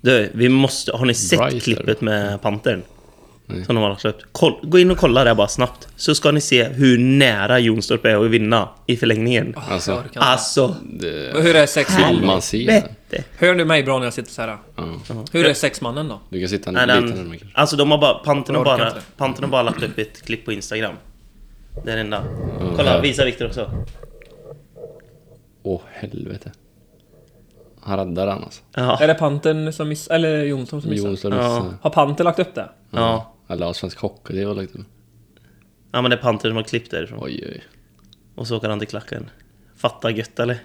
Vi måste... Har ni sett Brighter. klippet med Pantern? Som de har lagt upp. Gå in och kolla det bara snabbt. Så ska ni se hur nära Jonstorp är att vinna i förlängningen. Alltså hur är 6 man? Man ser. helvete. Hör du mig bra när jag sitter så här? Hur är 6 mannen då? Du kan sitta Nej, lite den, närmare. alltså de har bara Pantern orkar har bara lagt upp ett klipp på Instagram. Det är det enda. Kolla, visa Victor också. Åh, helvete. Han räddar den alltså. Ja. Är det Pantern som eller Jonsson som missar? Jonsson Har Pantern lagt upp det? Ja. Eller svensk hockey, det var lagt upp. Ja, men det är Pantern som har klippt därifrån. Oj. Och så åker han till klacken. Fatta gött, eller?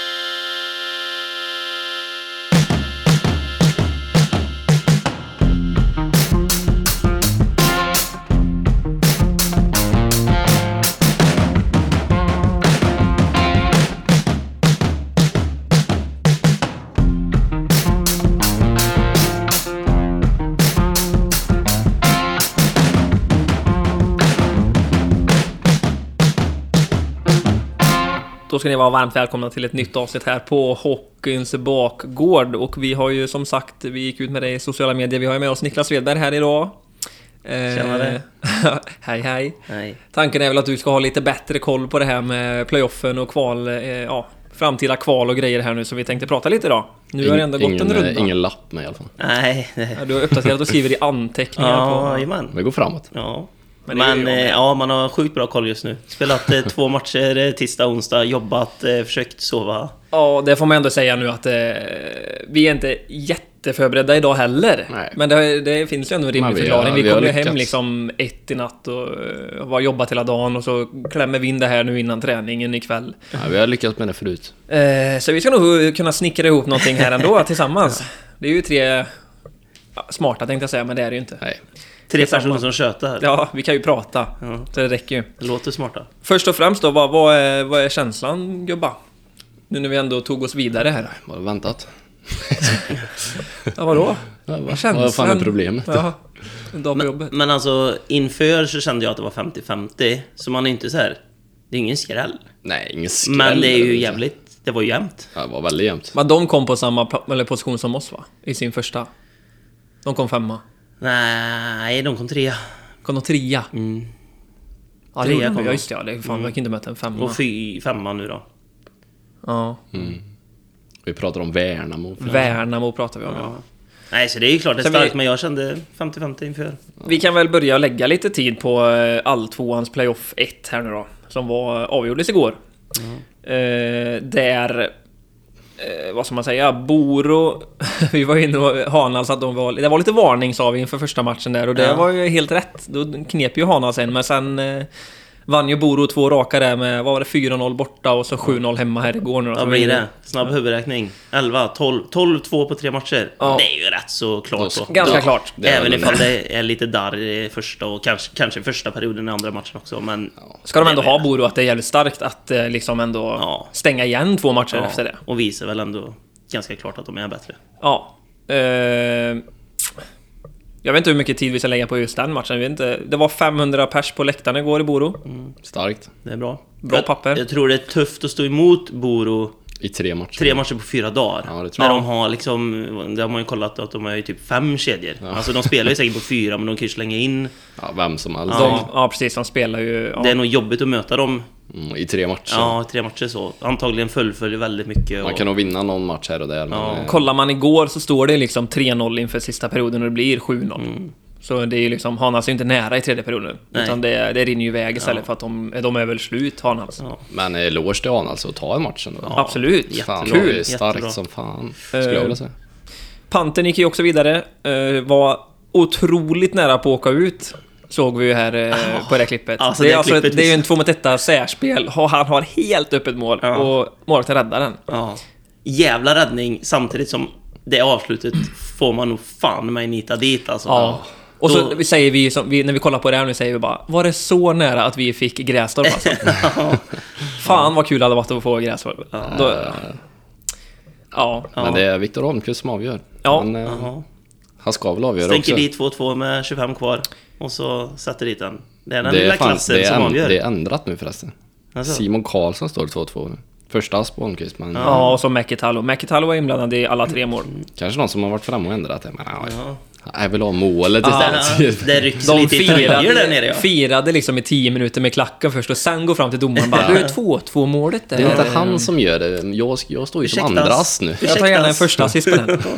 Då ska ni vara varmt välkomna till ett nytt avsnitt här på Hockeyns bakgård. Och vi har ju som sagt, vi gick ut med det i sociala medier. Vi har ju med oss Niklas Svedberg här idag. Tjenare. Hej. Nej. Tanken är väl att du ska ha lite bättre koll på det här med playoffen och kval, framtida kval och grejer här nu. Så vi tänkte prata lite idag. Nu har det ändå gått en runda. Ingen lapp med i alla fall. Nej. Ja, du har uppdaterat och skriver i anteckningar Ja, på... men. Det går framåt. Ja. Men Men ja, man har sjukt bra koll just nu. Spelat 2 matcher tisdag, onsdag, jobbat, försökt sova. Ja, det får man ändå säga nu att vi är inte jätteförberedda idag heller. Nej. Men det finns ju ändå en rimlig förklaring. Vi kom ju hem liksom 1 i natt och var jobbat hela dagen och så klämmer vi in det här nu innan träningen ikväll. Ja, vi har lyckats med det förut. Så vi ska nog kunna snickra ihop någonting här ändå tillsammans. Det är ju 3 smarta tänkte jag säga, men det är det ju inte. Nej. 3 personer som tjötar här. Ja, vi kan ju prata. Så det räcker ju. Det låter smarta. Först och främst då, vad är känslan, gubba? Nu när vi ändå tog oss vidare här. Bara väntat. Ja, vadå? Vad fan är problemet? Ja, en dag på jobbet. Men alltså, inför så kände jag att det var 50-50. Så man är inte så här. Det är ingen skräll. Nej, ingen skräll. Men det är ju jävligt. Det var ju jämnt. Ja, det var väldigt jämnt. Men de kom på samma position som oss, va? I sin första. De kom 5. Nej, de kom 3. Kom de 3? Ja, det 3 kom kom de. de. Just det, det fan, jag kan inte möta en 5. Och 5 nu då. Ja. Vi pratar om Värnamo. Värnamo pratar vi om, ja. Nej, så det är ju klart det är Så starkt, men jag kände 50-50 inför. Vi kan väl börja lägga lite tid på Alltvåans playoff 1 här nu då. Som avgjordes igår. Där... vad ska man säga? Boro... vi var inne och Hanals att det var lite varning, sa vi, inför första matchen där. Och det var ju helt rätt. Då knep ju Hanals sen. Men sen vann ju Boro 2 raka där med, vad var det, 4-0 borta och så 7-0 hemma här igår nu då. Vad blir det? Snabb huvudräkning. 11, 12, 12-2 på 3 matcher. Ja. Det är ju rätt så klart då. Ganska klart. Även ifall det är lite darr i första och kanske första perioden i andra matchen också. Men ska de ändå ha Boro att det är jävligt starkt att liksom ändå stänga igen 2 matcher efter det. Och visar väl ändå ganska klart att de är bättre. Ja. Jag vet inte hur mycket tid vi ska lägga på just den matchen. Jag vet inte. Det var 500 pers på läktaren igår i Boro. Starkt. Det är bra. Bra papper. Jag tror det är tufft att stå emot Boro I 3 matcher. 3 matcher på 4 dagar. Ja, det tror när jag. de har liksom, det har man ju kollat att de har ju typ 5 kedjor. Alltså de spelar ju säkert på 4, men de kan ju slänga in. Ja, vem som helst. Ja, precis. De spelar ju... Ja. Det är nog jobbigt att möta dem. I 3 matcher. Ja, 3 matcher så. Antagligen fullföljer väldigt mycket. Man kan nog vinna någon match här och där. Men, Kollar man igår så står det liksom 3-0 inför sista perioden och det blir 7-0. Så det är ju liksom, Hanals är inte nära i tredje perioden. Nej. Utan det rinner ju iväg istället för att de är väl slut, Hanals. Ja. men eloge till Hanals att ta en match ändå. Absolut. Fan, jättebra. det är starkt Jättebra. som fan, skulle jag vilja säga. Pantern gick ju också vidare. Var otroligt nära på att åka ut. Såg vi ju här på det här klippet. Alltså, det, det är klippet det är ju en 2-1 särspel. Han har helt öppet mål. Och målet räddar den. Ja. Jävla räddning, samtidigt som det avslutet får man nog fan med nita dit alltså. Ja. Och så säger vi, när vi kollar på det här nu, säger vi bara, var det så nära att vi fick Grästorp alltså? Fan vad kul det hade varit att få Grästorp. Men det är Viktor Holmqvist som avgör. Ja. Men, han ska väl avgöra Stänker också. dit 2-2 med 25 kvar. Och så sätter dit den. Det är den Det lilla är, fan, klassen det, som är avgör. det är ändrat nu förresten. Alltså. Simon Karlsson står 2-2 nu. Första på Holmqvist, men... Ja, och så Mäkitalo var inblandad i alla 3 mål. Kanske någon som har varit framme och ändrat det, men jag vill ha målet istället. Det rycks lite i tröjor där nere. Firade liksom i 10 minuter med klacken först och sen går fram till domaren bara, du är 2-2 målet där. Det är inte han som gör det. Jag står ju som andras nu. Jag tar gärna en första assist på den.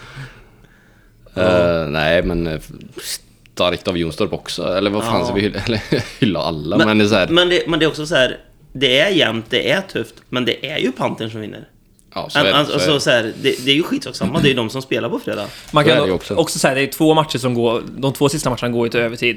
Nej, men starkt av Jonstorp också. Eller vad fan ska vi hylla alla? Men det är så här... men det är också så här, det är jämnt, det är tufft, men det är ju Pantern som vinner. Ja, så är det. Alltså, så här, det är ju skitsamma, det är ju de som spelar på fredag. Man kan också säga, det är 2 matcher som går, de 2 sista matcherna går ju till övertid.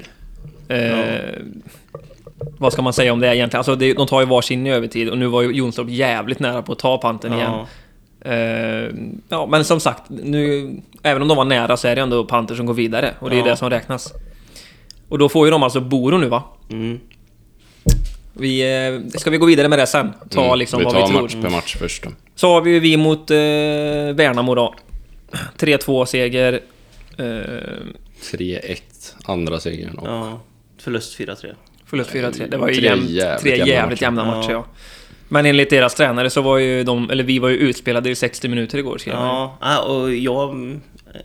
Vad ska man säga om det egentligen? Alltså de tar ju varsin i övertid, och nu var ju Jonstorp jävligt nära på att ta Pantern igen. Men som sagt, nu, även om de var nära så är det ändå Panther som går vidare, och det är det som räknas. Och då får ju de alltså Boro nu, va? Ska vi gå vidare med det sen? Ta liksom vad vi tror. Match per match först då. Så har vi mot Värnamo då. 3-2 seger. 3-1 andra segern. Ja, förlust 4-3. Förlust 4-3. Det var ju tre jävligt jämna matcher, ja. Men enligt deras tränare så var ju vi var ju utspelade i 60 minuter igår. Ja, och jag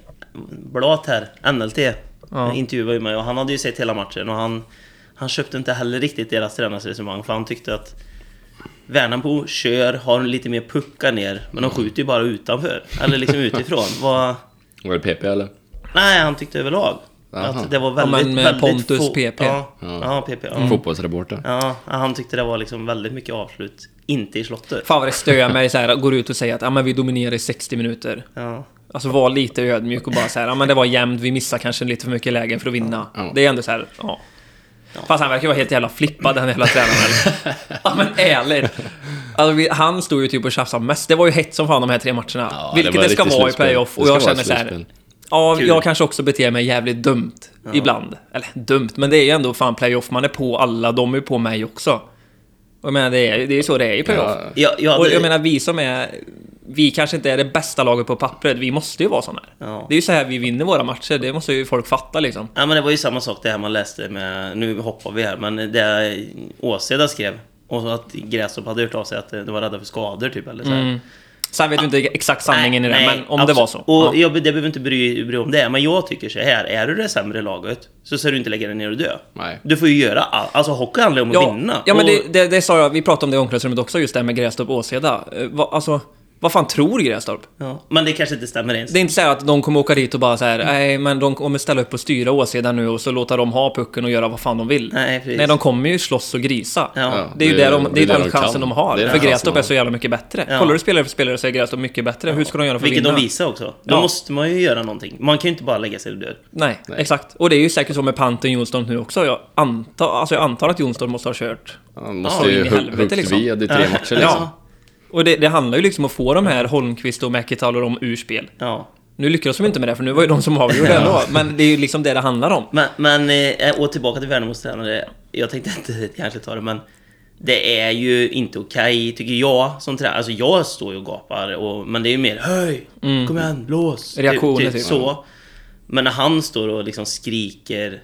Blat här, NLT intervjuade ju mig, och han hade ju sett hela matchen, och han köpte inte heller riktigt deras tränarresonemang, för han tyckte att Värnamo har lite mer puckar ner, men de skjuter ju bara utanför, eller liksom utifrån. Var det PP eller? Nej, han tyckte överlag att det var väldigt Pontus PP. Ja, PP. Ja. Fotbollsreporter. Ja, han tyckte det var liksom väldigt mycket avslut, inte i slottet. Fan vad det stör mig så här, går ut och säger att men vi dominerar i 60 minuter. Ja. Alltså var lite ödmjuk och bara så här, men det var jämnt, vi missar kanske lite för mycket lägen för att vinna. Det är ändå så här, Fast han verkar ju vara helt jävla flippad, den hela tränaren. Ja, men ärligt. Alltså, han stod ju typ och tjafsade mest. Det var ju hett som fan de här 3 matcherna. Ja, vilket det ska vara i playoff. Och jag känner så här, Kul. jag kanske också beter mig jävligt dumt ibland. Eller dumt, men det är ju ändå fan playoff. Man är på alla, de är på mig också. Och jag menar, det är ju så det är i playoff. Och jag menar, vi kanske inte är det bästa laget på pappret. Vi måste ju vara sån här. Det är ju så här vi vinner våra matcher. Det måste ju folk fatta liksom. Ja, men det var ju samma sak det här man läste med. Nu hoppar vi här, men det Åseda skrev, och så att Grästorp hade hört av sig att de var rädda för skador typ, eller så här. Sen vet du inte exakt sanningen i det, men om det var så. Och det behöver inte bry om det, men jag tycker så här, är du det sämre laget så ska du inte lägga dig ner och dö. Nej. Du får ju göra alltså hockey handlar om att vinna. Ja, men det sa jag, vi pratade om det i omklädningsrummet också, just det här med Grästorp och Åseda. Vad fan tror Grästorp? Ja, men det kanske inte stämmer ens. Det är inte så här att de kommer åka dit och bara så här, nej, men de kommer ställa upp och styra Åseda nu och så låter de ha pucken och göra vad fan de vill. Nej, de kommer ju slåss och grisa. Det är ju den chansen de har. För Grästorp är så jävla mycket bättre. Kollar du spelare för spelare så är Grästorp mycket bättre. Hur ska de göra för att vinna? Vilket de visar också. Då måste man ju göra någonting. Man kan ju inte bara lägga sig död. Nej, exakt. Och det är ju säkert så med Pantern och Jonstorp nu också. Jag antar att Jonstorp måste ha kört. Han måste ju huggt vid i 3 matcher liksom. Och det handlar ju liksom om att få de här Holmqvist och Mäkitalo och de ur spel. Nu lyckades de inte med det, för nu var ju de som avgjorde ändå. Men det är ju liksom det handlar om. Men och tillbaka till Värnamos tränare. Jag tänkte inte kanske ta det, men det är ju inte okej, tycker jag som tränare. Alltså jag står ju och gapar, men det är ju mer höj, kom igen, blås. Reaktioner typ så. Men när han står och liksom skriker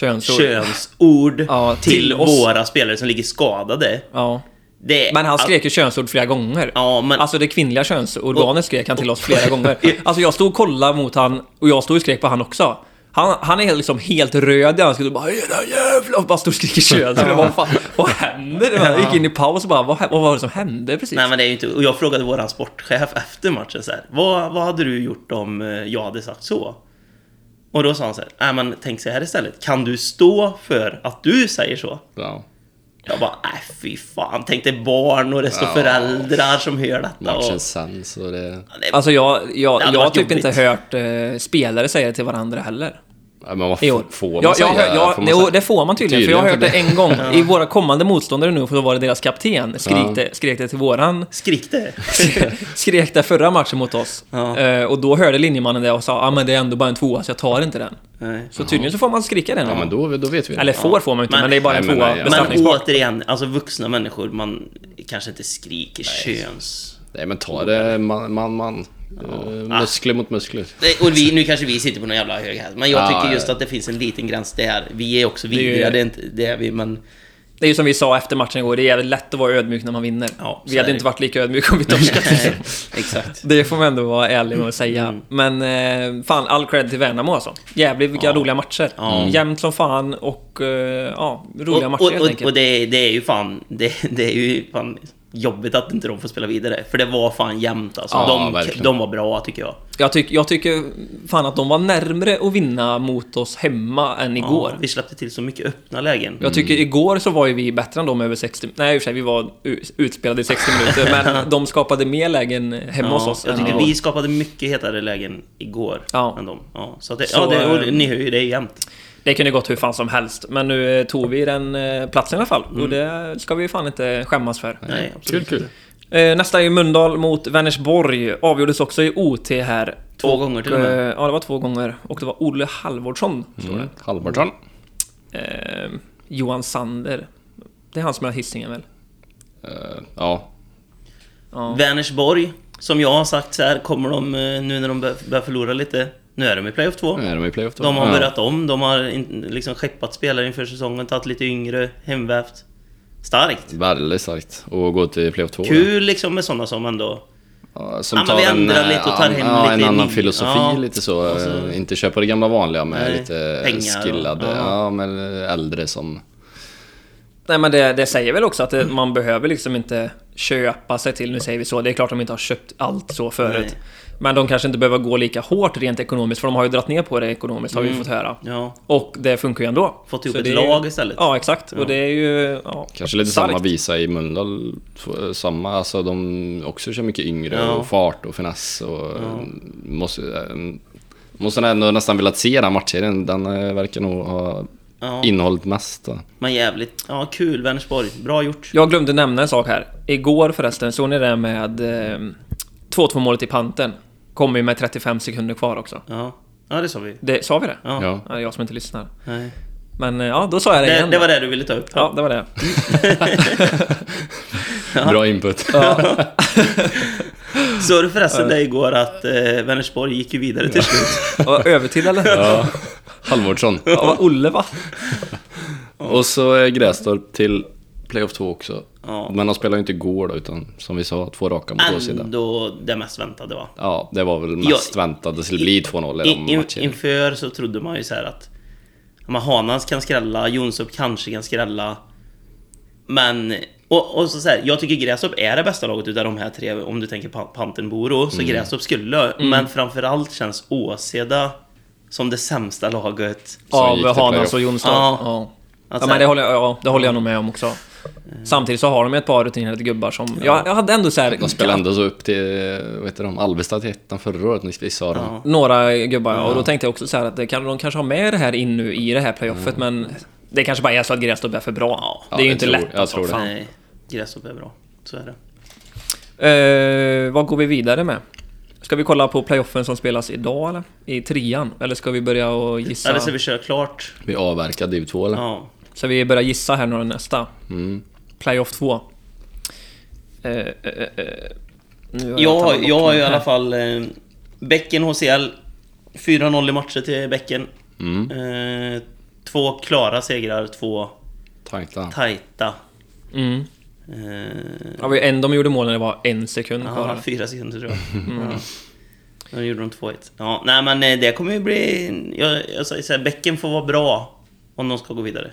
könsord till våra spelare som ligger skadade. Men han skrek ju könsord flera gånger. Alltså det kvinnliga könsorganet skrek han till oss flera gånger. Alltså jag stod och kollade mot han, och jag stod och skrek på han också. Han är liksom helt röd. Han skulle bara jävlar, och bara stod och skriker könsord. Vad hände? Jag gick in i paus och bara, vad var det som hände precis? Nej, men det är ju inte. Och jag frågade våran sportchef efter matchen så här, vad hade du gjort om jag hade sagt så? Och då sa han så här, men tänk sig här istället. Kan du stå för att du säger så? Ja. Jag bara, fy fan. Tänk dig barn och resten föräldrar som hör detta. Matchens sans och det... Alltså jag har typ inte hört spelare säga det till varandra heller. Ja, men vad får man säga? Det får man tydligen, för jag har hört det en gång. I våra kommande motståndare nu, för då var det deras kapten. Skrek det till våran... Skrek det förra matchen mot oss. Och då hörde linjemannen det och sa, men det är ändå bara en 2, så jag tar inte den. Så tydligen så får man skrika den. Ja, men då vet vi. Eller får man inte, men det är bara en 2. Men återigen, alltså vuxna människor, man kanske inte skriker köns... Nej, men ta det man. Muskler mot muskler. Och nu kanske vi sitter på någon jävla hög här, men jag tycker just att det finns en liten gräns där. Vi är också vidriga, det är vi, men Det är ju som vi sa efter matchen igår, det är jävligt lätt att vara ödmjuk när man vinner. Ja, vi hade inte varit lika ödmjuka om vi torskat. Exakt. Det får man ändå vara ärlig med att säga. Men fan, all cred till Värnamo alltså. Jävligt vilka roliga matcher. Jämnt som fan och roliga matcher helt enkelt. Och det är ju fan det är ju fan jobbigt att inte de får spela vidare. För det var fan jämnt alltså. De var bra tycker jag. Jag tycker fan att de var närmare att vinna mot oss hemma än igår. Vi släppte till så mycket öppna lägen. Jag tycker igår så var ju vi bättre än dem över 60. Nej, i och för sig, vi var utspelade i 60 minuter. Men de skapade mer lägen hemma hos oss. Jag tycker vi skapade mycket hetare lägen igår än dem. Så ni hör ju det jämnt. Det kunde gått hur fan som helst. Men nu tog vi den platsen i alla fall. Och det ska vi fan inte skämmas för. Nej, absolut. Kul. Nästa är ju Mölndal mot Vänersborg. Avgjordes också i OT här. 2 gånger till och med. Ja, det var 2 gånger. Och det var Olle Halvordsson, står det. Halvordsson. Johan Sander. Det är han som är Hisingen väl? Ja. Vänersborg, som jag har sagt så här, kommer de nu när de börjar förlora lite. Nu är de i playoff 2. De har börjat om. De har liksom skeppat spelare inför säsongen, tagit lite yngre, hemvävt. Starkt. Väldigt starkt. Och gå till playoff 2. Kul liksom med sådana som ändå som tar lite och tar hem lite en annan filosofi, lite så. Inte köpa det gamla vanliga med lite pengar skillade, men äldre som... Nej, men det säger väl också att man behöver liksom inte köpa sig till, nu säger vi så, det är klart de inte har köpt allt så förut. Nej. Men de kanske inte behöver gå lika hårt rent ekonomiskt, för de har ju dratt ner på det ekonomiskt, har vi fått höra. Ja. Och det funkar ju ändå. Fått ihop ett lag istället. Ja, exakt. Och det är ju kanske lite starkt. Samma visa i Mölndal. Samma, alltså de också kör mycket yngre och fart och finess och måste ändå nästan vilja se den matchen. Den verkar nog ha innehållit mest. Men jävligt, kul Vänersborg. Bra gjort. Jag glömde nämna en sak här. Igår förresten, såg ni det med 2-2 målet i panten. Kommer ju med 35 sekunder kvar också. Ja, det sa vi. Sa vi det? Ja. Det är jag som inte lyssnar. Nej. Men då sa jag det igen. Det var det du ville ta upp. Ja, det var det. Bra input. Så du förresten det igår att Vänersborg gick ju vidare till slut. Övertid eller? Ja, Halvordsson. Ja, Olle va? Och så är Grästorp till playoff 2 också. Men de spelar ju inte igår då, utan som vi sa, 2 raka mot två sidor. Ändå det mest väntade va? Ja, det var väl mest väntat. Det skulle bli 2-0 i de matcherna. Inför så trodde man ju så här att Hanans kan skrälla, Jonstorp kanske kan skrälla. Men och så här, jag tycker Grästorp är det bästa laget utav de här 3. Om du tänker Panten Boro, så Grästorp skulle men framförallt känns Åseda som det sämsta laget av Hanas och Jonstorp. Alltså, men det håller jag nog med om också. Samtidigt så har de ett par rutinerade gubbar som jag hade ändå så här, de spelade ändå så upp till Alvesta till ettan förra året ni sa det. Några gubbar och då tänkte jag också så här att de kanske har med det här in nu i det här playoffet, men det kanske bara är så att Grästorp är för bra. Det är ju inte lätt. Jag tror det. Nej, Grästorp är bra. Så är det. Vad går vi vidare med? Ska vi kolla på playoffen som spelas idag eller? I 3:an? Eller ska vi börja och gissa? Eller så vi kör klart. Vi avverkar div 2 eller? Ja. Så vi börjar gissa här nu nästa. Playoff 2. Jag har i alla fall Bäcken HCL 4-0 i matcher till Bäcken. 2 klara segrar, 2 tajta. De gjorde mål när det var 1 sekund kvar. 4 sekunder tror jag. Då gjorde de 2-1. Nej men det kommer ju bli... Jag säger så här, Bäcken får vara bra om de ska gå vidare.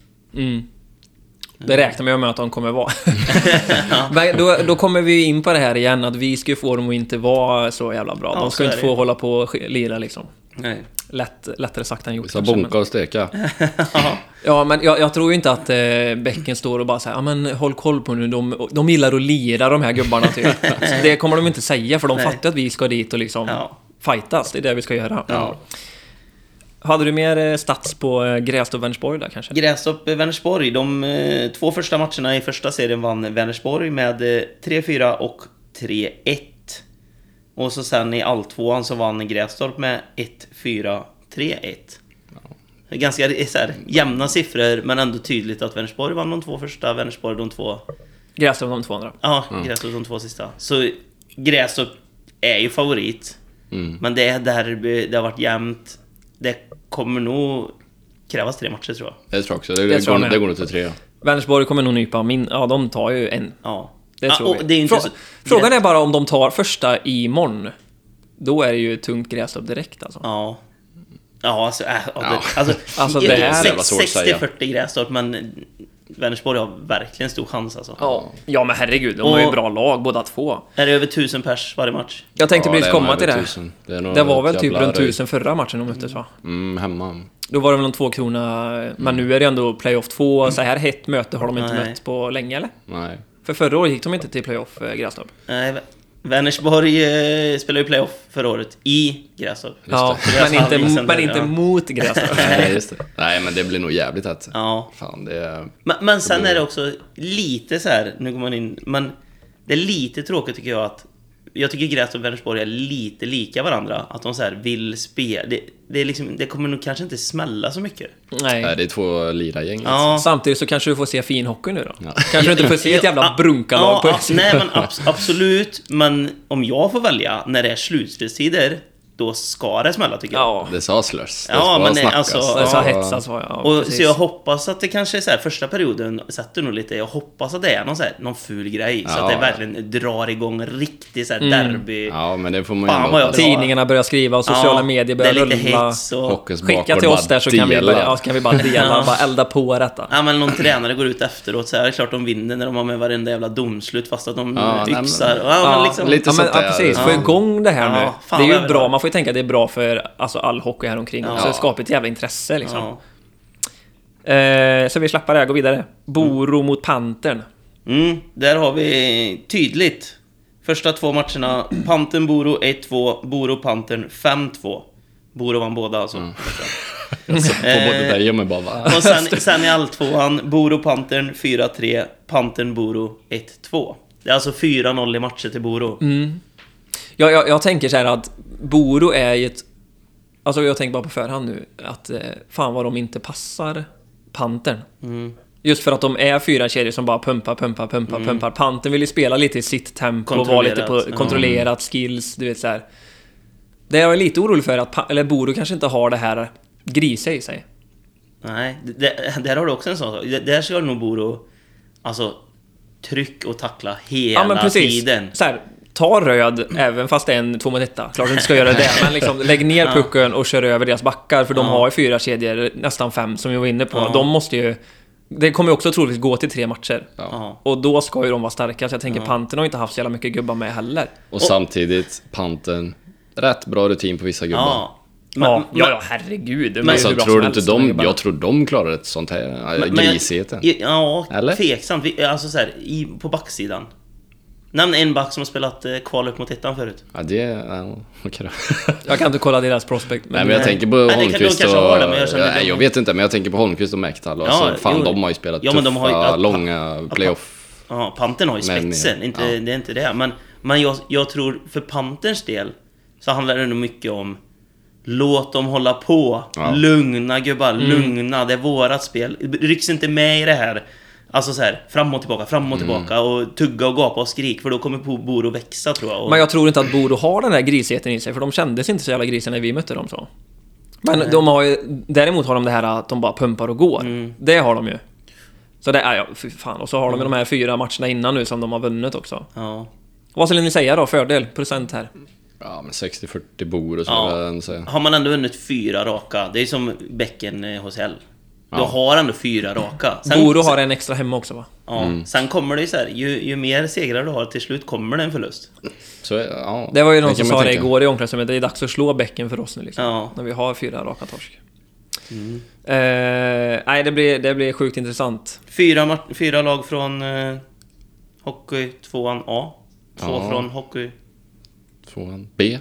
Det räknar jag med att de kommer vara. då kommer vi in på det här igen, att vi ska få dem att inte vara så jävla bra. De ska inte få hålla på och lira liksom. Nej. Lättare sagt än gjort. Så bonka och steka. Ja, men jag tror ju inte att Bäcken står och bara säger men håll koll på nu, de gillar att lira de här gubbarna typ. Det kommer de inte säga, för de fattar att vi ska dit och liksom fightas. Det är det vi ska göra. Hade du mer stats på Grästorp och Vänersborg där kanske? Grästorp och Vänersborg, de 2 första matcherna i första serien vann Vänersborg med 3-4 och 3-1. Och så sen i alltvåan så vann Grästorp med 1-4-3-1. Ganska så här, jämna siffror, men ändå tydligt att Vänersborg vann de 2 första, Vänersborg de 2... Grästorp de 2 andra. Ja, Grästorp de 2 sista. Så Grästorp är ju favorit. Men det är derby, det har varit jämnt. Det kommer nog krävas 3 matcher tror jag. Det tror jag också. Det går nog till 3. Vänersborg kommer nog nypa de tar ju en. Ja. Det tror vi. Det är inte Frågan är bara om de tar första imorgon. Då är det ju tungt Grästorp direkt alltså. Ja. Ja, alltså det här är 60-40 Grästorp, men Vänersborg har verkligen stor chans alltså. Ja, men herregud, de har ju bra lag båda två. Är det över 1000 pers varje match? Jag tänkte precis komma till det. Det var väl typ runt 1000 förra matchen de möttes, va? Hemma. Då var det väl 2 kronor. Men nu är det ändå playoff 2. Så här hett möte har de inte mött på länge, eller? Nej. För förra året gick de inte till playoff, Grästorp. Nej, Vänersborg spelade ju playoff förra året i Grästorp. Ja, men inte mot Grästorp. Nej, just det. Nej, men det blir nog jävligt tätt. Ja. Fan, det... Men sen är det också lite så här, nu går man in, men det är lite tråkigt tycker jag att jag tycker Grästorp och Vänersborg är lite lika varandra, att de så här vill spela. Det är liksom, det kommer nog kanske inte smälla så mycket. Nej, det är 2 liragäng. Ja. Samtidigt så kanske du får se fin hockey nu då. Ja. Kanske du inte får se ett jävla brunkalag på nej, men absolut. Men om jag får välja när det är slutspelstider, då ska det smälla tycker jag. Ja. Det sa slörs. Det ja, men snackas. alltså, det sa hetsas. Ja, och så jag hoppas att det kanske är så här, första perioden sätter nog lite. Jag hoppas att det är någon ful grej, så att det verkligen drar igång riktigt så här derby. Ja, men det får man ju ändå. Tidningarna börjar skriva och sociala medier börjar rulla. Det är lite hets och skicka till oss där så kan vi bara dela, bara elda på detta. Ja, men någon tränare går ut efteråt så här, det är klart de vinner när de har med varenda jävla domslut fast att de yxar. Men liksom, lite så precis, få igång det här nu. Fan, det är ju bra, man får ju tänka att det är bra för alltså all hockey här omkring också. Det skapar ett jävla intresse liksom. Så vi släpper det här, gå vidare. Boro mot Pantern. Där har vi tydligt första 2 matcherna. Pantern Boro 1-2, Boro Pantern 5-2. Boro vann båda alltså. På både dig och mig bara. Och sen i alltvåan Boro Pantern 4-3, Pantern Boro 1-2. Det är alltså 4-0 i matcher till Boro. Jag tänker så här att Boro är ju ett... Alltså jag tänker bara på förhand nu att fan vad de inte passar Pantern. Just för att de är 4 kedjor som bara pumpar. Pantern vill ju spela lite i sitt tempo och vara lite på kontrollerat skills, du vet så här. Det är jag lite orolig för att eller Boro kanske inte har det här grisa i sig. Nej, där har du också en sån sak. Där ska nog Boro alltså tryck och tackla hela tiden. Så här, ta röd även fast det är en 2-1. Klart du inte ska göra det, men liksom lägg ner pucken och kör över deras backar, för de har ju 4 kedjor, nästan 5 som vi var inne på. De måste ju, det kommer ju också troligtvis gå till 3 matcher. Och då ska ju de vara starka, så jag tänker Pantern har inte haft så jävla mycket gubbar med heller. Och samtidigt Pantern rätt bra rutin på vissa gubbar. Ja, herregud. Men så tror du inte jag tror de klarar ett sånt här grisheten. Ja, tveksamt. Alltså så här, på backsidan. Nämn en back som har spelat kval upp mot ettan förut. Ja, det är... Okay. Jag kan inte kolla deras prospekt. Men jag tänker på Holmqvist och... jag vet inte, men jag tänker på Holmqvist och Mäktal. De har ju spelat tuffa, långa playoff. Ja, Pantern har ju spetsen. Det är inte det. Men jag tror för Panterns del så handlar det nog mycket om låt dem hålla på. Lugna gubbar, lugna. Det är vårat spel. Rycks inte med i det här. Alltså så här, fram och tillbaka och tugga och gapa och skrik, för då kommer Boro växa, tror jag. Men jag tror inte att Boro har den där grisheten i sig, för de kändes inte så jävla grisiga när vi mötte dem så. Men de har ju, däremot har de det här att de bara pumpar och går. Det har de ju. Så det är fy fan. Och så har de de här 4 matcherna innan nu som de har vunnit också. Vad skulle ni säga då, fördel, procent här? Ja, men 60-40 Boro så säga. Har man ändå vunnit 4 raka, det är som Bäcken hos L. Du har ändå 4 raka. Boro har en extra hemma också, va? Ja, sen kommer det ju så här, ju mer segrar du har, till slut kommer det en förlust. Så, det var ju någon som sa det igår i omklädningsrummet, det är dags att slå Bäcken för oss nu liksom, när vi har 4 raka torsk. Nej, det blir sjukt intressant. 4 lag från Hockey 2an A, 2 från Hockey 2an B.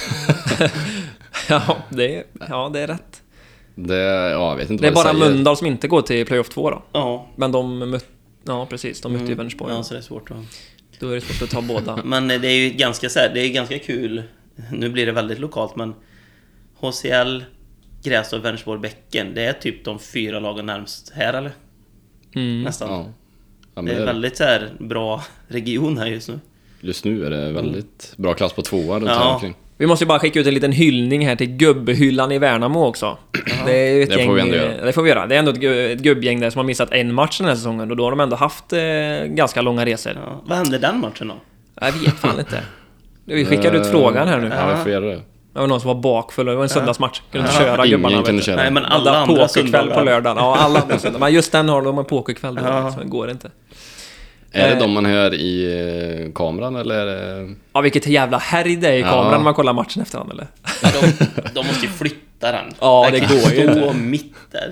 Det är rätt. Jag vet inte det är bara Mölndal som inte går till playoff 2 då. Men de mötte ju Vänersborg. Ja, så det är svårt då. Då är det svårt att ta båda. Men det är ju ganska kul. Nu blir det väldigt lokalt, men HCL, Grästorp, Vänersborg, Bäcken, det är typ de 4 lagen närmast här, eller? Nästan. Det är väldigt så här bra region här just nu. Just nu är det väldigt bra klass på 2 runt här omkring. Vi måste ju bara skicka ut en liten hyllning här till gubbhyllan i Värnamo också. Det är ju ett Det gäng, får vi ändå göra. det får vi göra. Det är ändå ett gubbgäng där som har missat en match den här säsongen. Och då har de ändå haft ganska långa resor. Ja. Vad hände den matchen då? Jag vet fan inte. Vi skickade ut frågan här nu. Ja, vi får göra det. Det var någon som var bakfull. Det var en söndagsmatch. Kunde inte köra gubbarna. Ingen kunde vet du. köra. Nej, men Alla alla andra pokerkväll på söndagar. lördagen. Ja, alla andra söndagar. Men just den har de en pokerkväll då. Så det går inte. Är det de man hör i kameran eller är det... Ja, vilket jävla härj det är i kameran Ja. när man kollar matchen efterhand, eller? De måste ju flytta den. Ja, det Den går ju stå inte. mitt där.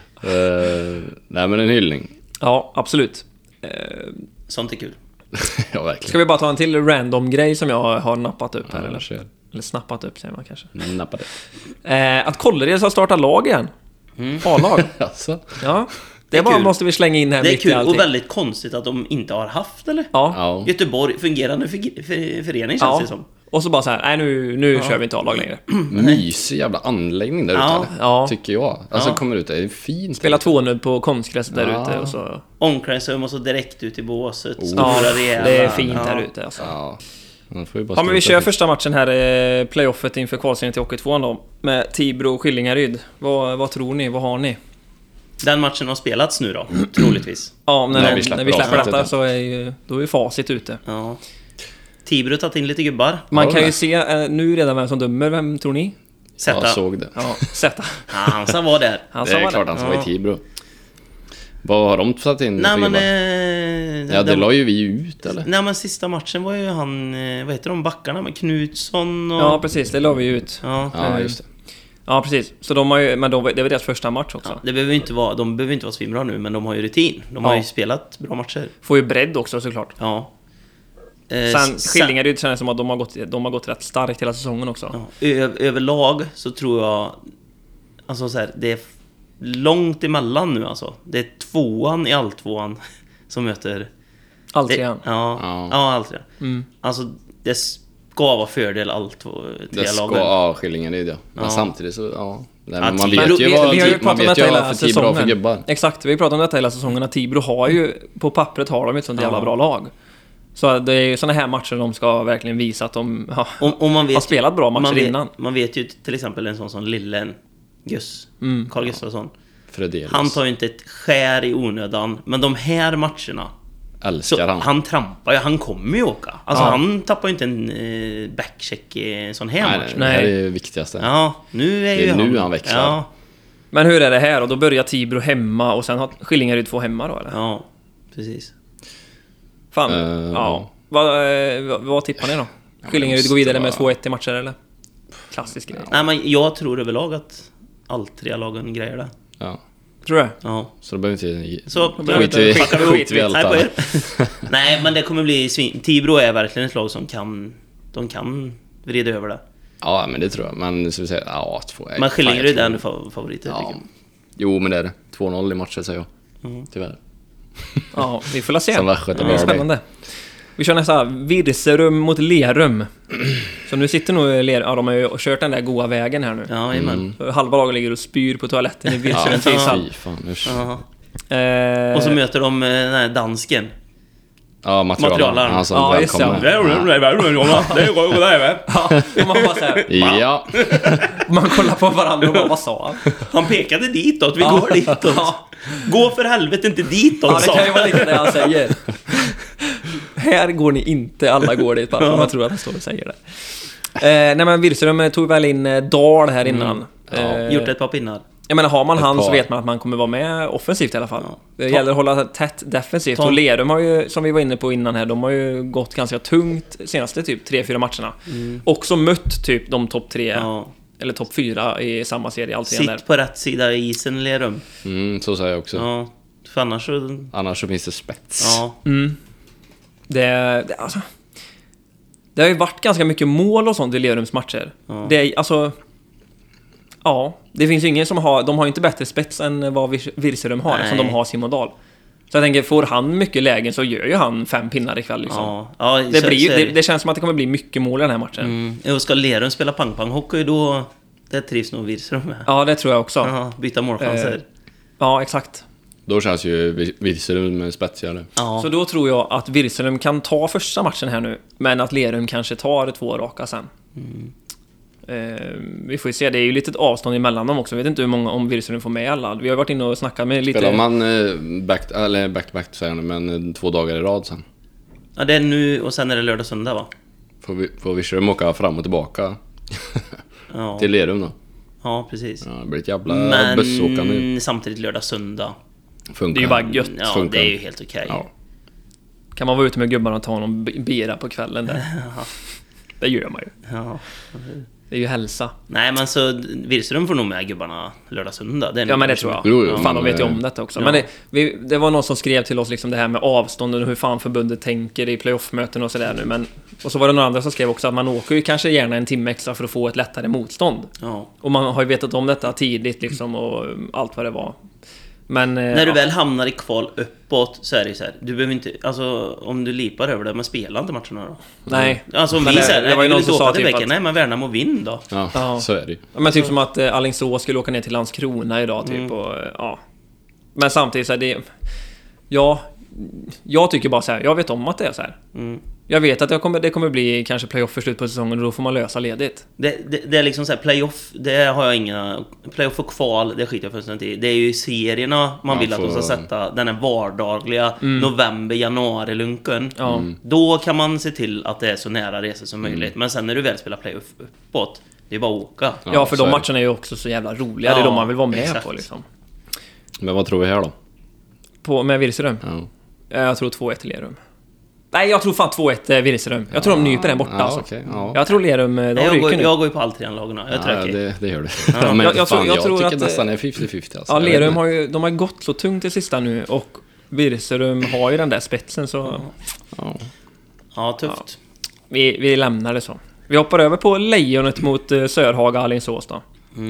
Nej, men en hyllning. Ja, absolut. Sånt är kul. Ja, verkligen. Ska vi bara ta en till random grej som jag har nappat upp här, Ja, eller? kör. Eller snappat upp, säger man kanske. Nappa det. Att Kållered har startat lag igen. A-lag. Alltså. Ja. Det är bara kul. måste vi slänga in här Det är mitt i kul allting. och väldigt konstigt att de inte har haft, eller? Ja. Ja. Göteborg, fungerande förening känns Ja. det som. Och så bara så här, nej nu kör vi inte A-lag längre. Mysig jävla anläggning där ute. Ja. eller? Ja. Tycker jag. Alltså Ja. kommer ut, det är fint. Spela 2-0 på konstgräset där Ja. ute och så... Omklädningsrum och så direkt ut i båset. Ja, Stora rejäla. det är fint Ja. här ute alltså. Ja. Man får ju bara Ja, men vi stå kör upp. första matchen här, playoffet inför kvalserien till Hockey-2 då. Med Tibro och Skillingaryd. Vad tror ni? Vad har ni? Den matchen har spelats nu då, troligtvis. Ja, När vi släpper detta avsnittet. så är ju... Då är facit ute. Ja. Tibro har tagit in lite gubbar. Man Ja, kan ju det. se nu redan vem som dömer. Vem tror ni? Sätta. Jag såg det. Ja, Zäta. Han som var där. Han Det sa är vad klart det. han som var Ja. i Tibro. Vad har de satt in Nej för men... gubbar? Ja, det la ju vi ut eller? Nej men sista matchen var ju han... Vad heter de backarna? Med Knutsson och... Ja, precis. Det la vi ut. Ja. Ja, just det. Ja, precis. Så de har ju... Men det var deras första match också. Ja, det behöver ju inte vara, de behöver inte vara svimbra nu, men de har ju rutin. De har Ja. ju spelat bra matcher. Får ju bredd också såklart. Ja. Sen Skillingaryd känns som att de har gått rätt starkt hela säsongen också. Ja, överlag så tror jag... Alltså så här, det är långt emellan nu alltså. Det är tvåan i alltvåan som möter... Alltrean. Ja, alltrean. Mm. Alltså, det ska vara fördel allt tre Det ska lagen. ha Skillingaryd, ja. Men Ja. samtidigt så, ja. Nej, Ja, men man Tibro- vet ju vi vad har ju man pratat om vet detta ju hela vad för Tibro har för säsongen. gubbar. Exakt, vi har pratat om detta hela säsongen. Att Tibro har ju... På pappret har de ett sånt jävla Ja. bra lag. Så det är ju såna här matcher de ska verkligen visa att de Om man vet, har spelat bra matcher innan. Man vet ju till exempel en sån som Lillen Gus, Carl Gustafsson. Fredelius. Han tar ju inte ett skär i onödan. Men de här matcherna så Älskar han. han trampar ju, han kommer ju åka. Alltså Ja. han tappar ju inte en backcheck i en sån här Nej, match. det här är det viktigaste. Ja, nu är Det är ju nu han växlar. Ja, Men hur är det här? Och då börjar Tibro hemma och sen har Skillingaryd 2 hemma då, eller? ja, precis. Fan, ja. Vad tippar ni då? Skillingaryd går vidare med 2-1 i matcher, eller? Klassisk grej. Nej, men jag tror överlag att allt tre lagen grejer det. Ja. Tror du? Ja. Så då behöver vi inte... Så Skit i- packar vi skit ihop. i allt Nej, på annat. er. Nej, men det kommer bli Tibro är verkligen ett lag som kan vrida över det. Ja, men det tror jag. Men så vi säger, ja, 2. Men Skillingaryd är ändå favoriter, Ja. tycker jag. Jo, men det är det. 2-0 i matcher, säger jag. Tyvärr. Ja, vi får la se. Som Västgöta Det blir Derby. spännande. Vi kör nästa. Virserum mot Lerum. Så nu sitter nog Lerum... Ja, de har ju kört den där goda vägen här nu. Ja, jajamän. Så halva laget ligger och spyr på toaletten i Virserums Ja, ishall. fy fan, usch. Ja. Och så möter de den här dansken. Ja, materialen. Han som Ja, just det. välkomnar. Ja, och man bara så här, Ja. man kollar på varandra och bara, vad sa han? Han pekade ditåt, vi Ja. går ditåt. Ja. Gå för helvete inte ditåt, Ja, det sa kan ju han. vara lite det han säger. Här går ni inte, alla går dit bara för man tror att han står och säger det. Nej, men Virserum tog väl in Dahl här innan. Gjort ett par pinnar. Jag menar, har man han så par. vet man att man kommer vara med offensivt i alla fall. Ja. Det gäller att hålla tätt defensivt. Och Lerum har ju, som vi var inne på innan här, de har ju gått ganska tungt senaste typ 3-4 matcherna. Också mött typ de topp 3 Ja. eller topp 4 i samma serie alltid där. Sitt på rätt sida i isen, Lerum. Så säger jag också. Ja. För annars så... Annars så finns det spets. Ja. Alltså, det har ju varit ganska mycket mål och sånt i Lerums matcher. Ja. Det är alltså... Ja, det finns ju ingen som har... De har ju inte bättre spets än vad Virserum har, Nej. som de har Simon Dahl. Så jag tänker, får han mycket lägen så gör ju han 5 pinnar ikväll liksom. Ja. Ja, Det, så- blir ju, så är det känns som att det kommer bli mycket mål i den här matchen. Och ska Lerum spela pang-pang-hockey då... Det trivs nog Virserum med. Ja, det tror jag också. Ja, byta målchanser. Ja, exakt. Då känns ju Virserum med spetsigare. Ja. Så då tror jag att Virserum kan ta första matchen här nu, men att Lerum kanske tar 2 raka sen. Vi får ju se, det är ju lite avstånd emellan dem också. Jag vet inte hur många om Virserum får med alla. Vi har varit inne och snackat med lite... Spelar man back-to-back säger ni, men 2 dagar i rad sen? Ja, det är nu och sen är det lördag söndag, va? Får Virserum åka fram och tillbaka till Lerum då? Ja, precis. Ja, det blir ett jävla bussåkande. Men samtidigt lördag söndag. Funkar. Det är ju bara gött. Ja, Funkar. det är ju helt okej. Ja. Kan man vara ute med gubbarna och ta någon bira på kvällen där? Det gör man ju. Ja. Det är ju hälsa. Nej, men så Virserum får nog med gubbarna lördag söndag. Det är Ja, men det tror jag. Jo, Fan, de vet ju om detta också. Ja. Men det var någon som skrev till oss liksom det här med avstånd och hur fan förbundet tänker i playoff-möten och sådär nu. Och så var det några andra som skrev också att man åker ju kanske gärna en timme extra för att få ett lättare motstånd. Ja. Och man har ju vetat om detta tidigt liksom och allt vad det var. Men när du väl hamnar i kval uppåt så är det ju så här, du behöver inte, alltså om du lipar över det, men spela inte matcherna då. Nej. Alltså om Men vi säger, det var ju någon som sa typ att... nej, men Värnamo vinn då. Ja, så är det ju. Men typ som att Alingsås skulle åka ner till Landskrona idag typ och ja. Men samtidigt så är det jag tycker bara så här, jag vet om att det är så här. Jag vet att det kommer bli kanske playoff för slut på säsongen och då får man lösa ledigt. Det är liksom så här, playoff, det har jag inga... Playoff och kval, det skiter jag fullständigt i. Det är ju serierna man vill att de ska sätta, den här vardagliga november-januari-lunken. Då kan man se till att det är så nära resor som möjligt. Men sen när du väl spelar playoff uppåt, det är bara att åka. Ja, för de matcherna är ju också så jävla roliga. Det är de man vill vara med på liksom. Men vad tror vi här då? Med Virserum? Ja. Jag tror 2-1 till Lerum. Nej, jag tror fan 2-1 Virserum. Jag tror de nyper den borta alltså. Okay, ja. Jag tror Lerum, de ryker nu. Jag går ju på all 3 lagarna. Det gör du. Ja. Men jag tror tycker att nästan är 50-50 alltså. Ja, Lerum har gått så tungt till sista nu. Och Virserum har ju den där spetsen så... Ja, tufft. Vi lämnar det så. Vi hoppar över på Lejonet mot Sörhaga Alingsås då.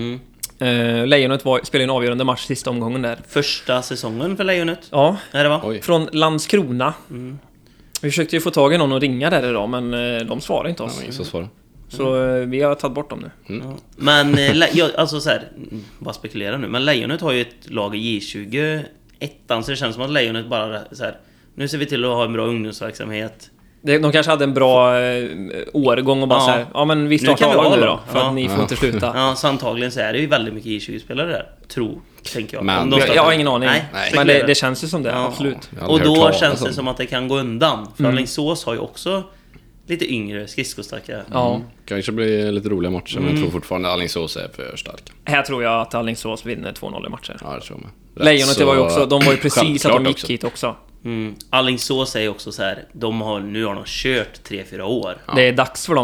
Lejonet spelade en avgörande match sista omgången där. Första säsongen för Lejonet. Ja, är det va? Från Landskrona. Vi försökte ju få tag i någon att ringa där idag, men de svarar inte oss. Ingen som svarar. Så vi har tagit bort dem nu. Ja. Men alltså så här, bara spekulera nu. Men Lejonet har ju ett lag i J20 ettan, så det känns som att Lejonet bara så här, nu ser vi till att ha en bra ungdomsverksamhet. De kanske hade en bra årgång och bara så här, ja men vi startar av nu då, för att ni får inte sluta. Ja, så antagligen så är det ju väldigt mycket J20-spelare där, tänker jag. Men, jag har ingen aning. Nej. Men det känns ju som det, absolut. Och då känns det som att det kan gå undan. För Alingsås har ju också lite yngre skridskostarka. Kanske blir lite roliga matcher, men jag tror fortfarande Alingsås är för starka. Här tror jag att Alingsås vinner 2-0 i matcher. Ja, det tror jag med. Lejonet var ju också, de var ju precis att de gick hit också. Alingsås är också så här, nu har de kört 3-4 år. Det är dags för dem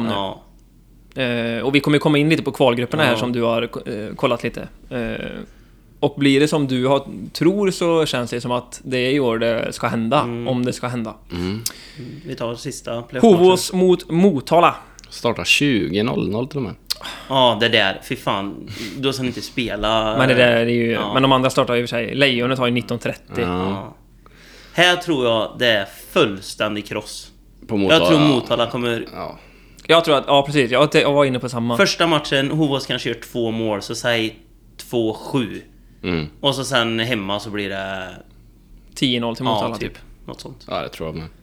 nu. Och vi kommer komma in lite på kvalgrupperna här som du har kollat lite. Och blir det som du tror, så känns det som att det är i år det ska hända, om det ska hända. Vi tar sista Hovås mot Motala. Startar 20:00 till och med. Ja, det där, fy fan. Då ska ni inte spela. Men det där är ju, men de andra startar ju för sig. Lejonet har ju 19:30. Här tror jag det är fullständig kross. På Motala. Jag tror Motala kommer... Jag tror att, precis, jag var inne på samma. Första matchen, Hovås kanske gör 2 mål, så säg 2-7. Och så sen hemma så blir det 10-0 till Motala typ. Något sånt. Ja, det tror jag med.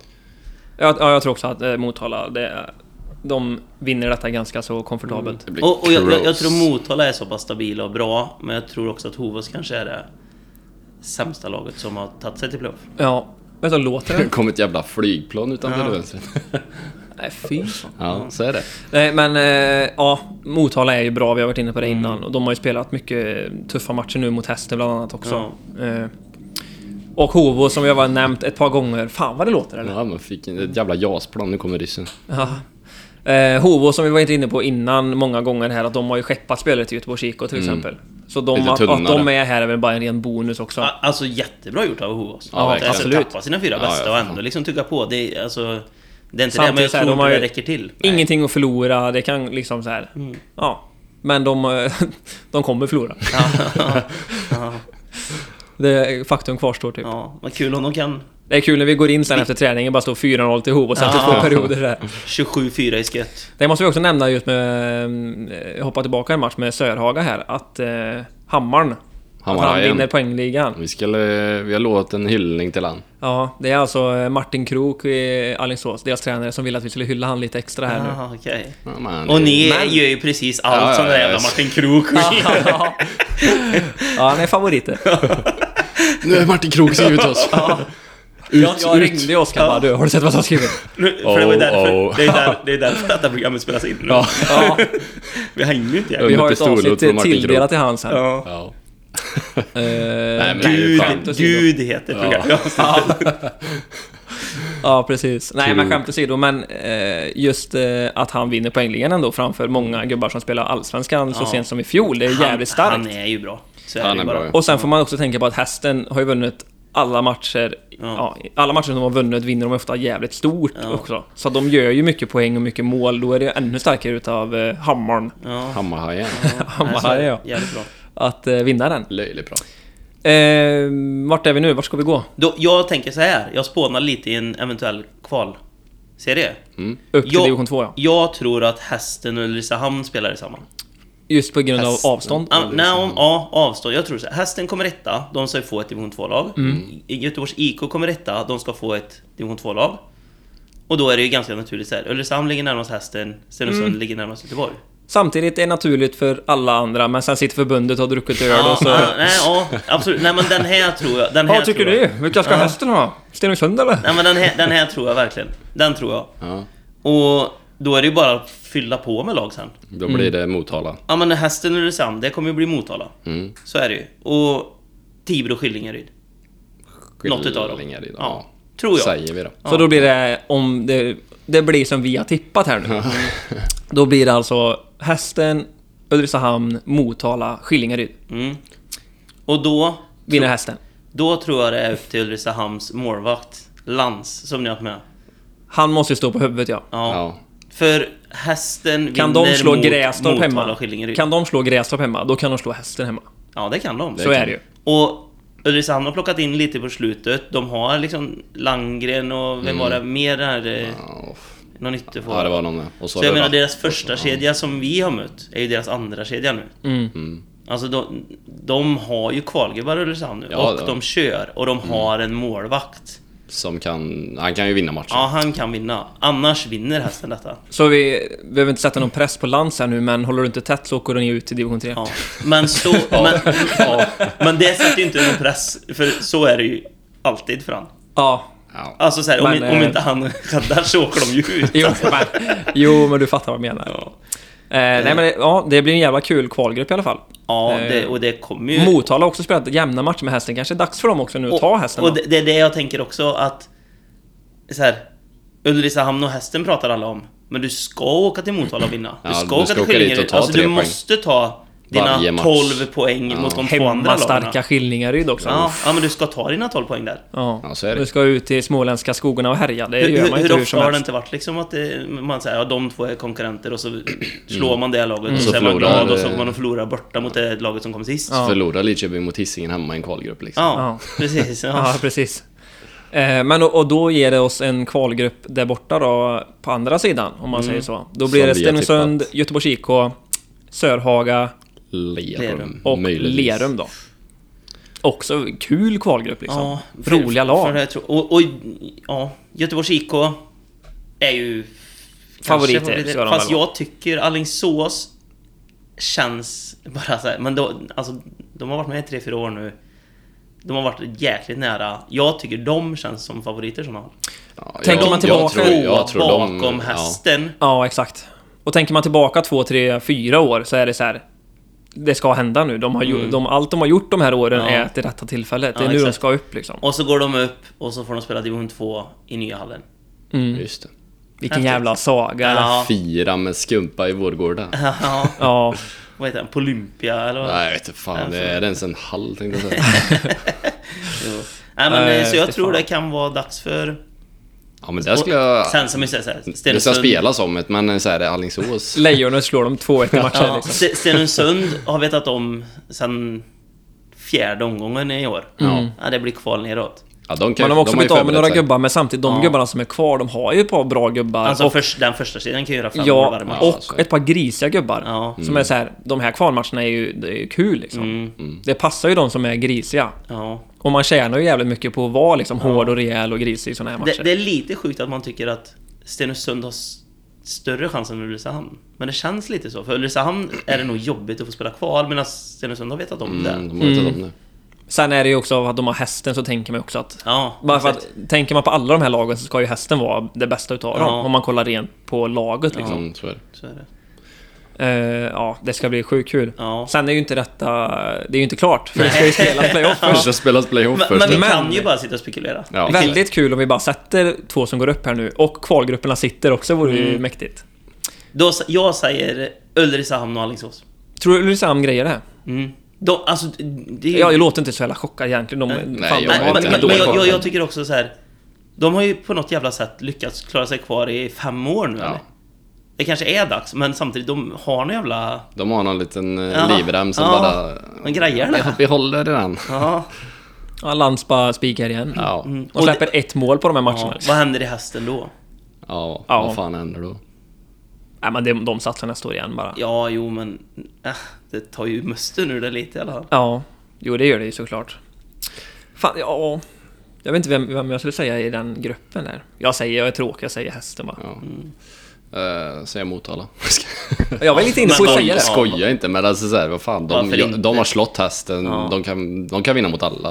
Jag tror också att Motala, de vinner detta ganska så komfortabelt. Och jag tror Motala är så pass stabila och bra, men jag tror också att Hovås kanske är det sämsta laget som har tagit sig till playoff. Ja, men så låter det. Det kom ett jävla flygplan utanför vänster. Nej, fy fan. Ja, så är det. Nej, men Motala är ju bra, vi har varit inne på det innan. Och de har ju spelat mycket tuffa matcher nu mot Hästen bland annat också. Och Hovås som jag var nämnt ett par gånger. Fan vad det låter, eller? Ja, man fick ett jävla jasplan, nu kommer ryssen. Hovås som vi var inte inne på innan många gånger här, att de har ju skeppat spelare till Göteborgs IK till exempel. Så att de är här är väl bara en ren bonus också. Alltså jättebra gjort av Hovås. Ja, absolut. Tappa sina 4 bästa och ändå liksom tugga på. Det är alltså... Det är inte samtidigt det, men jag tror det räcker till. Ingenting att förlora, det kan liksom så här. Men de kommer förlora. Det faktum kvarstår typ. Ja, vad kul om de kan. Det är kul när vi går in sen efter träningen, bara står 4-0 till Hovås efter 2 perioder där. 27-4 i skött. Det måste vi också nämna just med hoppa tillbaka en match med Sörhaga här, att Hammaren Han vinner poängligan. Vi har lovat en hyllning till han. Ja, det är alltså Martin Krok i Alingsås, deras tränare, som vill att vi skulle hylla han lite extra här nu. Okay. Ja, och ni gör ju precis allt som det jävla Martin Krok. Ja, han är favoriter. Nu är Martin Krok skrivit oss. Jag ringde Oskar bara, du, har du sett vad som skrivit? För det är därför att det programmet spelas in nu. Vi hänger ju inte. Vi har ett avsnitt tilldelat till hans här. Ja. Gud heter programmet. Ja, precis. Nej, men skämt åsido, men just att han vinner poängligan ändå framför många gubbar som spelar allsvenskan så sent som i fjol. Det är jävligt starkt. Han är ju bra. Han är bra. Och sen får man också tänka på att hästen har ju vunnit alla matcher. Alla matcher som de har vunnit vinner de ofta jävligt stort också. Så de gör ju mycket poäng och mycket mål. Då är det ännu starkare utav Hammarhajen. Hammarhajen, jävligt bra. Att vinna den. Löjligt bra. Vart är vi nu? Vart ska vi gå? Jag tänker så här. Jag spånar lite i en eventuell kvalserie. Upp till division 2, ja. Jag tror att hästen och Ulricehamn spelar tillsammans. Just på grund av avstånd? Avstånd. Jag tror så här. Hästen kommer etta. De ska få ett division 2-lag. Göteborgs IK kommer etta. De ska få ett division 2-lag. Och då är det ju ganska naturligt så här. Ulricehamn ligger närmast hästen. Stenungsund ligger närmast Göteborg. Samtidigt är det naturligt för alla andra, men sen sitter förbundet och har druckit öl och så... Absolut. Nej, men den här tror jag... Vad tycker du? Vilka ska hästen ha? Stenungsund eller? Nej, men den här tror jag verkligen. Den tror jag. Och då är det ju bara att fylla på med lag sen. Då blir det Motala. Ja, men hästen och Ulricehamn, det kommer ju bli Motala. Så är det ju. Och Tibro och Skillingaryd. Något utav dem. Ja, tror jag. Säger vi då. Så då blir det, om det blir som vi har tippat här nu. Då blir det alltså hästen, Ulricehamn, Motala, Skillingaryd. Och då vinner hästen. Då tror jag det är upp till Ulricehamns målvakt Lans, som ni har haft med. Han måste ju stå på huvudet, ja. För hästen kan de slå Grästorp hemma? Kan de slå Grästorp hemma? Då kan de slå hästen hemma. Ja, det kan de. Så är det ju. Och Ulricehamn har plockat in lite på slutet. De har liksom Landgren och vem var det mer där? Någon ytterfor. Ja, det var någon. Och så jag menar, deras första kedja som vi har mött är ju deras andra kedja nu. Alltså de har ju kvalgubbar Ulricehamn nu. Och de kör. Och de har en målvakt som han kan ju vinna matchen. Ja, han kan vinna. Annars vinner hästen detta. Så vi behöver inte sätta någon press på Lans här nu, men håller du inte tätt så åker den ut till division 3. Ja. Men så men det sätter ju inte någon press, för så är det ju alltid för han. Ja. Alltså så här, om inte han räddar så åker de ju ut. Jo, men du fattar vad jag menar. Ja. Nej, men det blir en jävla kul kvalgrupp i alla fall. Ja, och det kommer ju... Motala har också spelat jämna matcher med hästen. Kanske är dags för dem också nu att ta hästen. Och det är det jag tänker också, att så här, Ulricehamn och hästen pratar alla om. Men du ska åka till Motala och vinna. Du ska åka till Skillingaryd. Alltså du måste ta dina 12 poäng mot de två andra lagarna. Starka Skillingaryd också. Ja, men du ska ta dina 12 poäng där. Ja, så är det. Du ska ut till småländska skogarna och härja. Det gör man inte hur som helst. Har det inte varit liksom att man säger de två är konkurrenter och så slår man det laget och så är man glad och så man förlorar borta mot det laget som kom sist. Så förlorar Lidköping mot Hisingen hemma i en kvalgrupp liksom. Ja, precis. Ja, precis. Men och då ger det oss en kvalgrupp där borta då, på andra sidan, om man säger så. Då blir det Stenungsund, Göteborgs IK, Sörhaga, Lerum och Lerum då. Också kul kvalgrupp liksom. Ja, roliga lag. Och Göteborgs IK är ju favoriter. Fast jag tycker Alingsås känns bara så här, men då, alltså, de har varit med i 3-4 år nu. De har varit jäkligt nära. Jag tycker de känns som favoriter såna. Tänker man tillbaka jag tror bakom hästen. Ja, exakt. Och tänker man tillbaka 2, 3, 4 år så är det så här, det ska hända nu. De har allt de har gjort de här åren är till rätta tillfället. Det är nu de ska upp liksom. Och så går de upp och så får de spela division 2 i nya hallen. Just det. Vilken jävla saga. Ja. Fira med skumpa i Vårgårda. Ja. Vad heter den? På Olympia eller vad? Nej, jag vet inte fan. Det är ens en hall, tänkte jag säga. Nej, men så jag tror det kan vara dags för... Ja, men det skulle jag... Sen som jag säger så här, det ska spelas om ett, men så här, det är Alingsås. Lejonen slår dem 2-1 i matchen liksom. Stenungsund har vetat om sen 4:e omgången i år. Ja, det blir kval neråt. Ja, man har också blivit av med några gubbar, men samtidigt de gubbarna som är kvar, de har ju ett par bra gubbar. Alltså och, den första sidan kan ju göra 5 mål varje match. Och ett par grisiga gubbar. Som är så här, de här kvalmatcherna är ju kul liksom. Det passar ju de som är grisiga. Och man tjänar ju jävligt mycket på att vara liksom hård och rejäl och grisig i såna här matcher. Det är lite sjukt att man tycker att Stenungsund har större chans än Ulricehamn. Men det känns lite så. För Ulricehamn är det nog jobbigt att få spela kval, medan Stenungsund har vetat om det. De har vetat om det. Sen är det ju också att de har hästen, så tänker man också att... bara för att tänker man på alla de här lagen så ska ju hästen vara det bästa utav dem. Om man kollar rent på laget liksom. Så är det. Det ska bli sjukt kul. Sen är ju inte detta... Det är ju inte klart, för det ska ju spelas playoff först. Det ska spelas playoff först. Men vi kan ju bara sitta och spekulera. Väldigt kul om vi bara sätter 2 som går upp här nu. Och kvalgrupperna sitter också, vore ju mäktigt. Då, jag säger Ulricehamn och Alingsås. Tror du Ulricehamn grejer det här? Alltså, det är ju... Jag låter inte så jävla chockad egentligen. Jag tycker också så här. De har ju på något jävla sätt lyckats klara sig kvar i 5 år nu. Eller? Det kanske är dags, men samtidigt de har någon jävla... De har någon liten livrem som bara... En grejer det. Vi håller den. Lantz bara spikar igen. Och släpper 1 mål på de här matcherna. Vad händer i hästen då? Vad fan händer då? Nej, men de satsarna står igen bara. Men det tar ju musten ur det lite i alla fall. Jo, det gör det ju såklart. Fan, jag vet inte vem jag skulle säga i den gruppen där. Jag är tråkig, jag säger hästen bara. Säger Motala. Jag var lite inne på att säga det. Skojar inte, men alltså så här, vad fan, de har slått hästen. De kan vinna mot alla.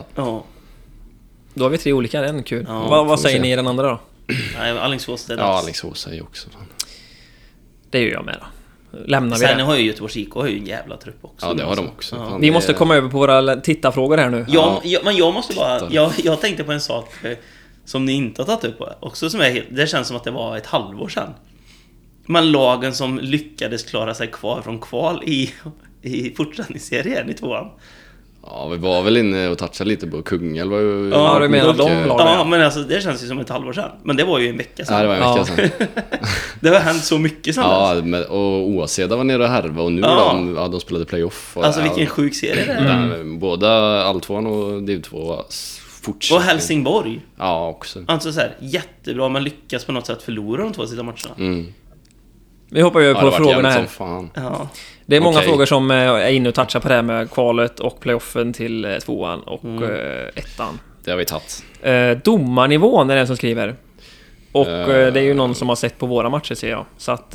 Då har vi 3 olika, det är kul. Vad säger ni i den andra då? Nej, Alingsås, det är Alingsås säger också. Det gör jag med då. Lämnar vi Sen har ju Göteborgs IK en jävla trupp också. Ja, det har de också. Fan, vi måste komma över på våra tittarfrågor här nu. Men jag måste bara... Jag tänkte på en sak som ni inte har tagit upp också, som är det känns som att det var ett halvår sedan. Men lagen som lyckades klara sig kvar från kval i fortsättningsserien i 2:an. Vi var väl inne och touchade lite på Kungälv. Du menar de lagen? Ja, men alltså det känns ju som ett halvår sedan. Men det var ju en vecka sedan. Ja, det var en vecka sedan. Det har hänt så mycket sedan dess. Och Åseda var nere och härva. Och nu de spelade playoff. Alltså vilken sjuk serie det är. Både Alltvåan och Div 2 fortsatte. Och Helsingborg. Ja, också. Alltså så här, jättebra. Man lyckas på något sätt förlora de 2 sista matcherna. Vi hoppar ju på frågorna här. Fan. Det är många frågor som är inne och touchar på det här med kvalet och playoffen till 2:an och 1:an. Det har vi tagit. Domarnivån är den som skriver. Och det är ju någon som har sett på våra matcher, ser jag. Så att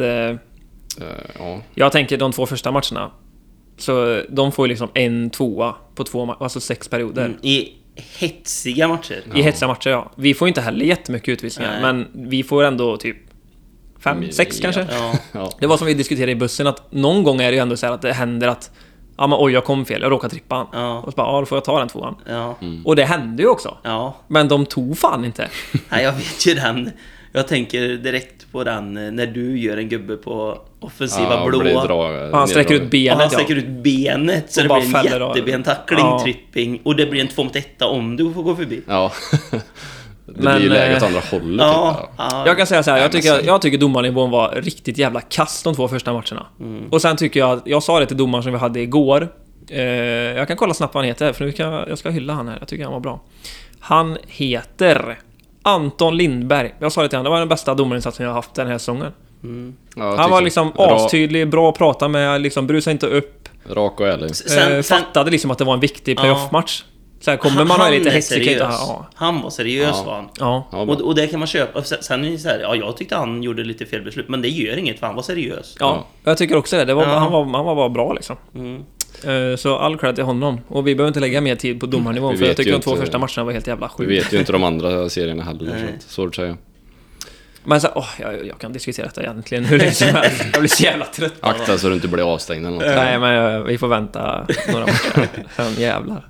jag tänker de 2 första matcherna. Så de får ju liksom 1-2 på 2 alltså 6 perioder. I hetsiga matcher. I hetsiga matcher, ja. Vi får inte heller jättemycket utvisningar. Men vi får ändå typ 5-6 kanske. Det var som vi diskuterade i bussen, att någon gång är det ju ändå så här att det händer att jag kom fel, jag råkade trippa och så bara, då får jag ta den 2:an. Och det hände ju också. Men de tog fan inte. Nej, jag vet ju den. Jag tänker direkt på den när du gör en gubbe på offensiva blå. Han sträcker ut benet. Han sträcker ut benet så det blir en jättebentackling, tripping. Och det blir en 2-1 om du får gå förbi. Det blir ju läget andra hållet. Jag kan säga så här, jag tycker domarnivån var riktigt jävla kass de 2 första matcherna. Och sen tycker jag sa det till domaren som vi hade igår. Jag kan kolla snabbt vad han heter, för jag ska hylla han här. Jag tycker han var bra. Han heter Anton Lindberg. Jag sa det till honom, det var den bästa domarinsatsen jag har haft den här säsongen. Han var liksom astydlig, bra att prata med, liksom brusa inte upp. Rak och ärlig. Fattade liksom att det var en viktig playoff-match. Så här kommer man ha lite hetsig. Han var seriös, var han. Och det kan man köpa. Sen är det så här, jag tyckte han gjorde lite fel beslut, men det gör inget, för han var seriös. Jag tycker också det. Han var bara bra liksom. Så all credit till honom. Och vi behöver inte lägga mer tid på domarnivån, för jag tycker de 2 första matcherna var helt jävla sjuka. Vi vet ju inte de andra serierna heller, så att säga. Men så, jag kan diskutera detta egentligen hur länge som helst. Jag blir så jävla trött. Akta så du inte blir avstängd eller något. Nej, men vi får vänta några matcher. Sen jävlar.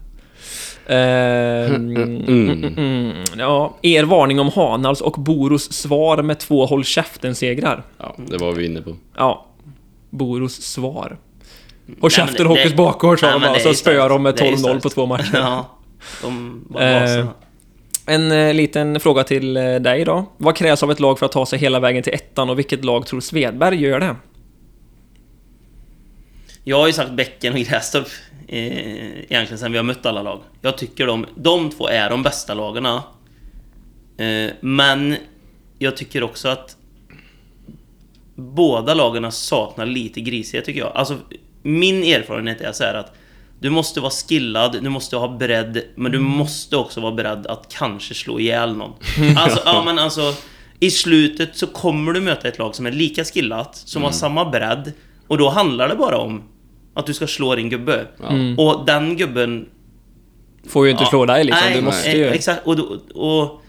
Er varning om Hanals och Boros svar med 2 håll käften-segrar. Det var vi inne på. Boros svar. Och käften Hockers bakgård, så spöar de med 12-0 på 2 matcher. De var en liten fråga till dig då. Vad krävs av ett lag för att ta sig hela vägen till 1:an, och vilket lag tror Svedberg gör det? Jag har ju sagt Bäcken och Grästorp egentligen sen vi har mött alla lag. Jag tycker de 2 är de bästa lagarna. Men jag tycker också att båda lagarna saknar lite grisighet, tycker jag. Alltså, min erfarenhet är så här att du måste vara skillad, du måste ha bredd, men du måste också vara beredd att kanske slå ihjäl någon. Alltså, i slutet så kommer du möta ett lag som är lika skillat, som har samma bredd, och då handlar det bara om att du ska slå din gubbe. Och den gubben får ju inte slå dig liksom, nej, du måste ju. Exakt, och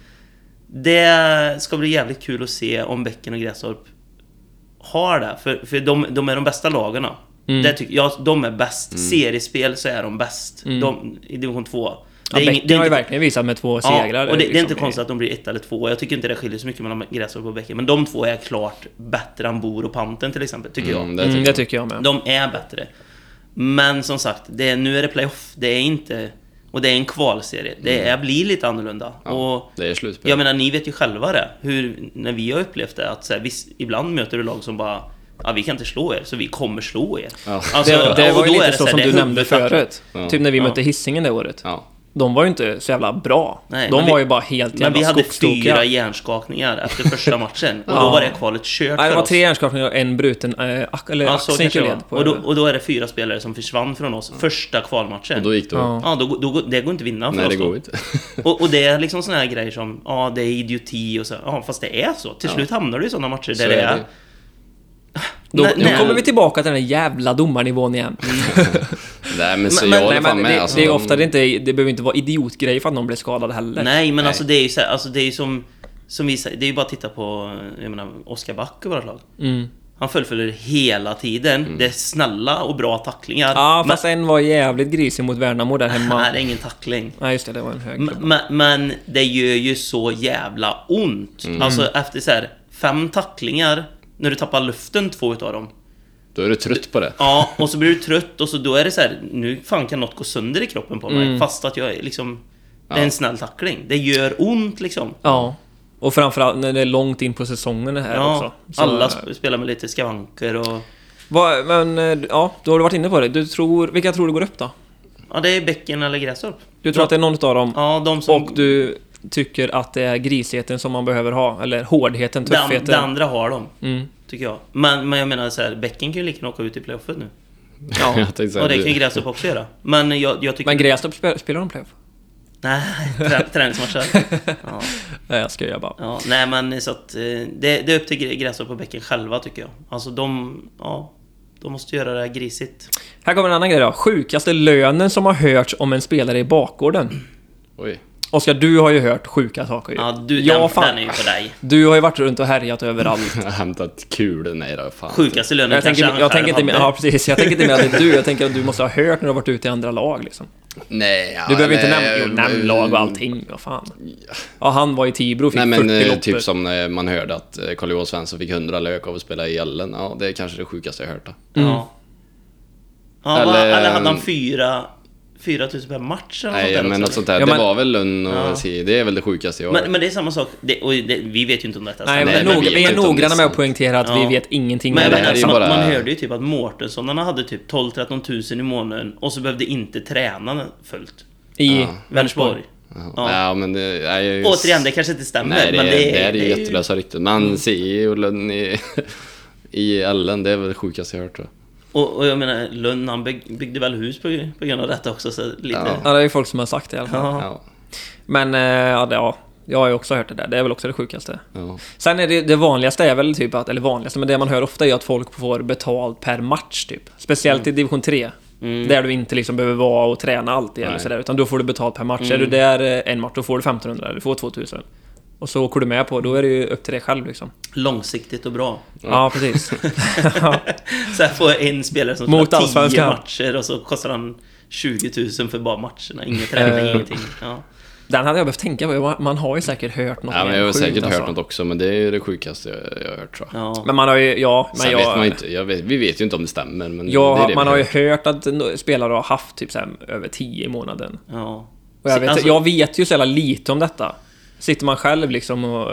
det ska bli jävligt kul att se om Bäcken och Grästorp har det, för de är de bästa lagarna. Det tycker jag, de är bäst. Seriespel så är de bäst. De i division 2. Bäcken har ju verkligen visat med 2 segrar. Och det är inte konstigt att de blir 1 eller 2. Jag tycker inte det skiljer så mycket mellan Grästorp och Bäcken, men de 2 är klart bättre än Bor och Panten till exempel, tycker jag. Det tycker jag med. De är bättre. Men som sagt, nu är det playoff. Det är inte... Och det är en kvalserie. Det blir lite annorlunda. Ja, och det är slutspel. Jag menar, ni vet ju själva det. När vi har upplevt det. Att så här, ibland möter du lag som bara... Ja, vi kan inte slå er, så vi kommer slå er. Ja. Alltså, det var ju lite så som du nämnde förut. Ja. Typ när vi mötte Hisingen det året. Ja. De var ju inte så jävla bra. Nej, de var ju bara helt jävla men vi hade skogstokiga. 4 hjärnskakningar efter första matchen. Och då var det kvalet kört. Nej, det för var oss. 3 hjärnskakningar och en bruten axelkyled på. Och då är det 4 spelare som försvann från oss första kvalmatchen. Och då gick det. Ja, det går inte att vinna för Nej, oss. det går inte. och det är liksom såna här grejer som det är idioti och så. Ja, fast det är så. Till slut hamnar du i såna matcher där det är. Då kommer vi tillbaka till den här jävla domarnivån igen. Nej, men så jag håller fan med. Alltså, det är ofta det behöver inte vara idiotgrej för att någon blir skadad heller. Nej, men alltså det är ju så här, alltså det är ju som vi säger, det är ju bara att titta på, jag menar, Oskar Back och vårt lag. Han fullföljer hela tiden. Det är snälla och bra tacklingar. Ja, fast en var jävligt grisig mot Värnamo där hemma. Nej, det är ingen tackling. Nej, just det var en hög. Men det gör ju så jävla ont. Alltså efter så här 5 tacklingar, när du tappar luften 2 utav dem. Då är du trött på det. Ja, och så blir du trött och så då är det så här, nu fan kan något gå sönder i kroppen på mig, fast att jag är liksom det är en snäll tackling. Det gör ont liksom. Ja. Och framförallt när det är långt in på säsongen här också. Så, alla spelar med lite skavanker och... Men ja, då har du varit inne på det. Vilka tror du går upp då? Ja, det är Bäcken eller Grästorp. Du tror att det är någon av dem? Ja, de som... Och du tycker att det är grisheten som man behöver ha? Eller hårdheten, tuffheten? Det andra har de, tycker jag. Men jag menar så här, Bäcken kan ju lika åka ut i playoffet nu. Ja, och det kan ju Grästorp också göra. Men jag tycker... Men Grästorp spelar de playoff? Nej, träningsmatcher. Ja. Nej, jag skojar bara. Ja, nej, men så att det är upp till Grästorp och Bäcken själva, tycker jag. Alltså de måste göra det här grisigt. Här kommer en annan grej då. Sjukaste lönen som har hörts om en spelare i bakgården. Oj. Oskar, du har ju hört sjuka saker. Ja, den är ju på dig. Du har ju varit runt och härjat överallt. Jag har hämtat kul, nej då, fan. Sjukaste lönen jag tänker inte mer, ja, precis. Jag tänker inte mer att det är du. Jag tänker att du måste ha hört när du har varit ute i andra lag liksom. Nej, du behöver inte nämna lag och allting, vad fan. Ja, han var i Tibro och fick 40 loppor. Typ som när man hörde att Carl-Johan Svensson fick 100 lök av att spela i Ellen. Ja, det är kanske det sjukaste jag hört då. Ja, eller hade han 4 000 per match eller nej, men något sånt där. Det var väl lön och det är väl det sjukaste jag men det är samma sak. Vi vet ju inte om detta. Nej, vi är noggranna med att poängtera att vi vet ingenting. Men man hörde ju typ att Mårtenssonarna hade typ 12-13 000 i månaden och så behövde inte träna fullt i Vänersborg. Ja, men det återigen, det kanske inte stämmer. Nej, men det är ju jättelösa rykten. Man ser ju lön i Ellen, det är väl det sjukaste jag hört, tror jag. Och jag menar, Lund, han byggde väl hus på grund av detta också, så lite... Ja, det är ju folk som har sagt det i alla fall. Ja. Men, jag har ju också hört det där. Det är väl också det sjukaste. Ja. Sen är det vanligaste är väl typ att, eller vanligaste, men det man hör ofta är att folk får betalt per match typ. Speciellt i division 3. Där du inte liksom behöver vara och träna alltid eller sådär, utan då får du betalt per match. Är du där en match, då får du 1500 eller du får 2000. Och så åker du med på, då är det ju upp till dig själv liksom. Långsiktigt och bra. Ja, precis. Så här får en spelare som mot spelar 10 matcher och så kostar han 20 000 för bara matcherna. Ingen träning, ingenting. Ja. Den hade jag behövt tänka på. Man har ju säkert hört något. Ja, men jag har säkert hört något också, men det är ju det sjukaste jag har hört, tror jag. Ja. Men man har ju, sen vet man inte, vi vet ju inte om det stämmer, men man har ju hört att spelare har haft typ så här, över 10 i månaden. Ja. Och jag vet ju så jävla lite om detta. Sitter man själv liksom och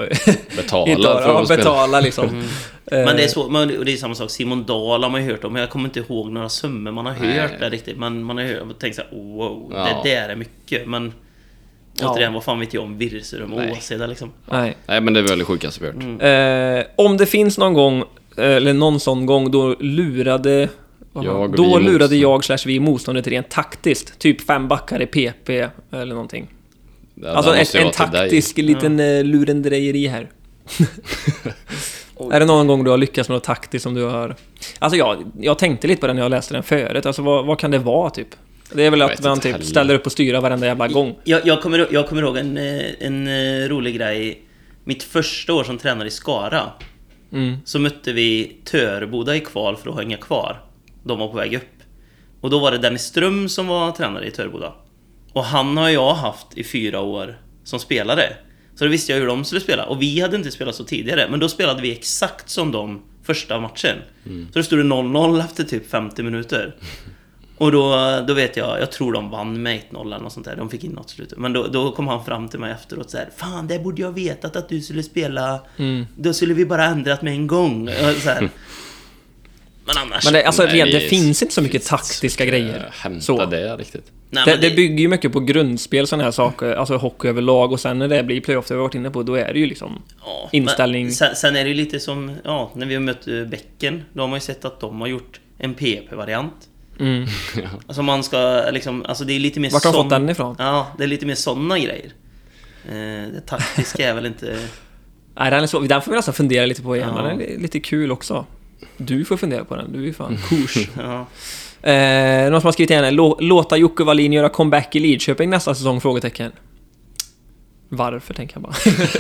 betala liksom. Men det är så, och det är samma sak. Simon Dahl har man ju hört om, men jag kommer inte ihåg några summor man har hört det riktigt. Man har hört och tänkt så här, wow, det där är mycket, men Återigen, vad fan vet jag om Virserum och Åseda liksom. Nej, men det är väl det sjukaste vi hört. Om det finns någon gång, eller någon sån gång, då lurade jag/vi motståndet rent taktiskt. Typ 5 backar i PP eller någonting. Alltså en taktisk liten lurendrejeri här. Är det någon gång du har lyckats med något taktiskt som du har... Alltså jag tänkte lite på den när jag läste den förut. Alltså vad kan det vara typ? Det är väl att man typ ställer upp och styrar varenda jävla gång. Jag kommer ihåg en rolig grej. Mitt första år som tränare i Skara, så mötte vi Töreboda i kval för att hänga kvar. De var på väg upp. Och då var det Dennis Ström som var tränare i Töreboda. Och han har jag haft i 4 år som spelare. Så då visste jag hur de skulle spela. Och vi hade inte spelat så tidigare. Men då spelade vi exakt som de första matchen. Så det stod det 0-0 efter typ 50 minuter. Och då vet jag tror de vann med 1-0 eller något sånt där. De fick in något slut. Men då kom han fram till mig efteråt så här: fan, det borde jag vetat att du skulle spela. Då skulle vi bara ändrat med en gång. Så här. Men annars... Men det finns inte så mycket taktiska grejer. Hämta det riktigt. Nej, det bygger ju mycket på grundspel, sådana här saker. Alltså hockey överlag. Och sen när det blir playoff, det vi har varit inne på, då är det ju liksom inställning. Sen är det ju lite som när vi har mött Bäcken. Då har man ju sett att de har gjort en PP-variant. Alltså man ska liksom... Alltså det är lite mer... Vart har de fått den ifrån? Ja, det är lite mer sådana grejer. Det taktiska är väl inte... Nej, den får vi nästan fundera lite på igen. Den är lite kul också. Du får fundera på den. Du är fan kurs. Någon som har skrivit igen: låta Jocke Wallin göra comeback i Lidköping nästa säsong? Frågetecken. Varför, tänker jag bara.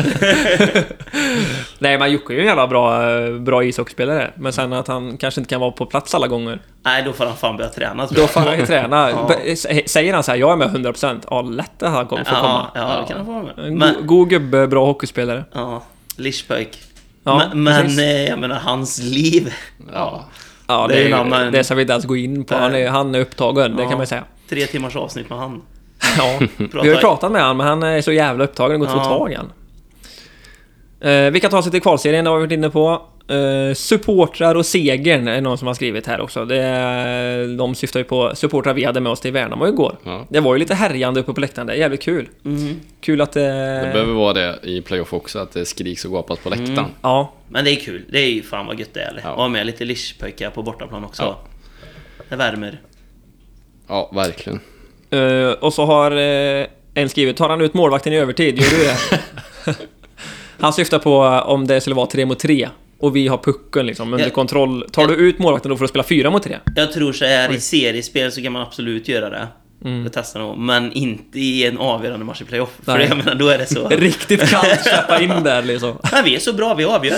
Nej, men Jocke är ju en jävla bra ishockeyspelare. Men sen att han kanske inte kan vara på plats alla gånger. Nej, då får han fan börja träna. Då får han ju träna. Säger han så här: jag är med 100%. Ja, lätt det här kommer få komma. Ja, det kan han få med. God gubbe, bra hockeyspelare. Ja, Lischpöjk. Men jag menar, hans liv. Ja, det ska vi inte ens gå in på. Han är upptagen, det kan man säga. 3 timmars avsnitt med han. Ja, vi har ju pratat med han, men han är så jävla upptagen. Det går inte att få tag i han. Vi kan ta oss till kvalserien, det har vi varit inne på. Supportrar och segern är någon som har skrivit här också. De syftar ju på supportrar vi hade med oss till Värnamo igår. Det var ju lite härjande uppe på läktaren. Det är jävligt kul. Kul att det behöver vara det i playoff också, att det skriks och gapas på läktaren. Ja, men det är kul. Det är ju fan vad gött det är. Ja. Och med lite lischpöjkar på bortaplan också. Det värmer. Ja, verkligen. Och så har en skrivit: tar han ut målvakten i övertid? Gör du det? Han syftar på om det skulle vara 3 mot 3 och vi har pucken liksom under kontroll. Tar du ut målvakten då för att spela 4 mot 3? Jag tror så här, i seriespel så kan man absolut göra det. Det testar nog, men inte i en avgörande match i playoff. För jag menar, då är det så riktigt kallt släppa in där liksom. Nej, vi är så bra, vi avgör.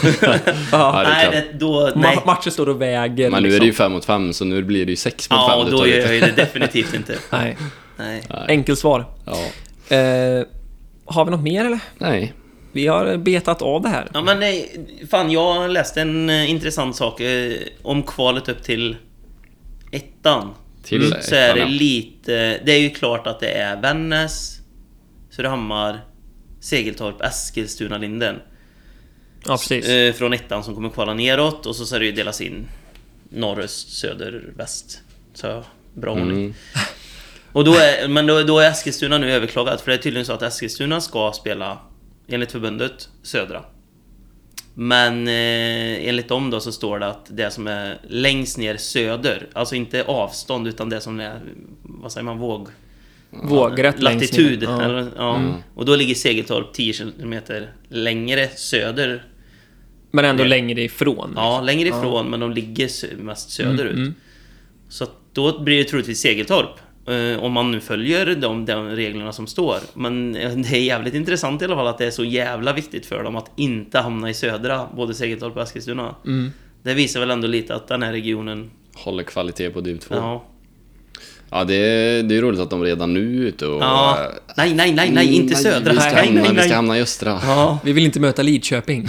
Nej. Matchen står och väger. Men nu är det ju 5 mot 5, så nu blir det ju 6 mot 5. Ja, och då gör jag det definitivt inte. Nej. Enkelt svar. Har vi något mer eller? Nej. Vi har betat av det här. Ja, men nej, fan, jag läste en intressant sak om kvalet upp till 1:an. Så är det lite... Det är ju klart att det är Vännäs, Surahammar, Segeltorp, Eskilstuna, Linden. Ja, precis. Från 1:an som kommer kvala neråt. Och så ska det ju delas in norr, öst, söder, väst. Så bra ordning. Och då är Eskilstuna nu överklagat. För det är tydligen så att Eskilstuna ska spela, enligt förbundet, södra. Men enligt dem då så står det att det som är längst ner söder, alltså inte avstånd utan det som är, vad säger man, vågrätt latitud eller, och då ligger Segeltorp 10 kilometer längre söder. Men ändå längre ifrån liksom. Ja, längre ifrån, men de ligger mest söderut. Så att då blir det troligtvis Segeltorp, om man nu följer de reglerna som står. Men det är jävligt intressant i alla fall att det är så jävla viktigt för dem att inte hamna i södra, både Segeltorp och Eskilstuna. Det visar väl ändå lite att den här regionen håller kvalitet på div 2. Ja, det är roligt att de redan nu är ute och... Nej, inte södra. Vi ska hamna i östra. Vi vill inte möta Lidköping.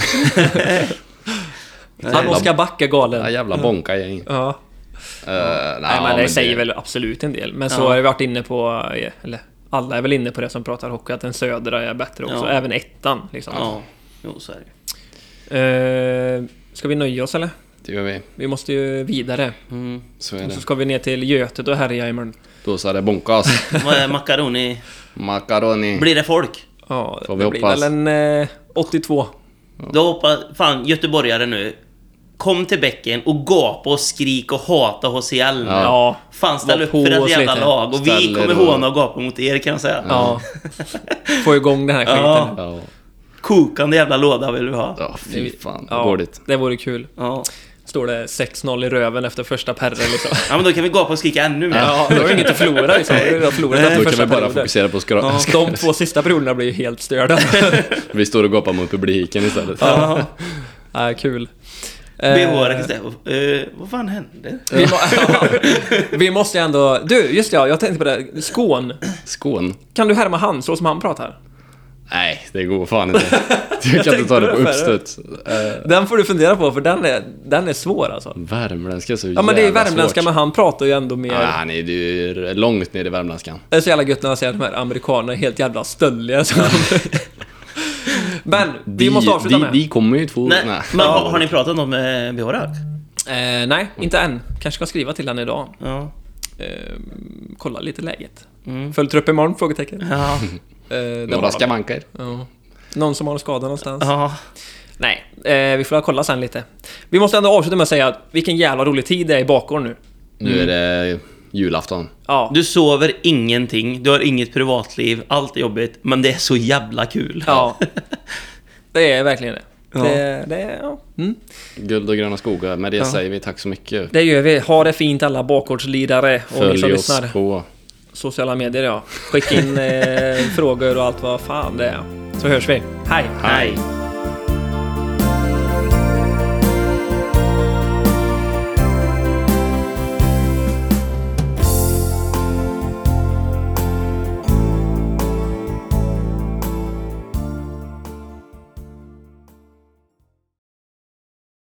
Han Oskar Backa galen. Ja, jävla bonka gäng. Nej, men det säger väl absolut en del. Men så har vi varit inne på, eller alla är väl inne på det som pratar hockey, att den södra är bättre också. Även 1:an liksom. Så är det. Ska vi nöja oss eller? Det gör vi. Vi måste ju vidare. Så är det. Och så ska vi ner till Götet och härja imorgon. Då så är det bonkas. Vad är macaroni? Macaroni. Blir det folk? Ja, Får vi det blir hoppas. väl en 82. Då hoppas... Fan, göteborgare nu. Kom till bäcken och gapa och skrik och hata HCL. Ja. Fan, ställ Var upp på för ett oss jävla lite. lag. Och vi Ställ kommer då. håna och gapa mot er, kan jag säga. Ja. Få igång den här skiten. Ja. Ja, Kokande jävla låda vill vi ha. ja fy fan. Ja, Dåligt. det vore kul. Ja. Står det 6-0 i röven efter första perren liksom. Ja, men då kan vi gapa och skrika ännu mer. Ja, då har inget att förlora liksom. Vi har förlorat efter Då kan första vi bara perioden. fokusera på De 2 sista perioderna blir ju helt störda. Vi står och gapar mot publiken istället. Ja. Ja, kul. Vad fan hände? Vi måste ju ändå... Du, just det, jag tänkte på det. Skån. Skån? Kan du härma han så som han pratar? Nej, det går fan inte. Du kan inte ta det på uppstöt. Den får du fundera på, för den är svår alltså. Värmländska är så Ja, men det är jävla värmländska, svårt. men han pratar ju ändå mer... Ja, han är ju långt ner i värmländskan. Det är så jävla gött när man säger att de här amerikanerna är helt jävla stöldiga. Så. Men, vi måste avsluta med... De kommer ju två... Nej, men har ni pratat något med Björk? Nej, inte än. Kanske ska skriva till han idag. Ja. Kolla lite läget. Följ upp imorgon, frågetecken. Ja. Några skavanker. Ja. Någon som har en skada någonstans. Ja. Nej, vi får kolla sen lite. Vi måste ändå avsluta med att säga att vilken jävla rolig tid det är i bakgården nu. Nu är det julafton. Ja. Du sover ingenting, du har inget privatliv, allt är jobbigt, men det är så jävla kul. Ja. Det är verkligen det. Ja. Ja. Mm. Guld och gröna skogar. Med det säger vi tack så mycket. Det gör vi. Ha det fint alla bakgårdslirare och ni som Följ oss lyssnar. på... Sociala medier, ja. Skicka in frågor och allt vad fan det är. Så hörs vi. Hej! Hej.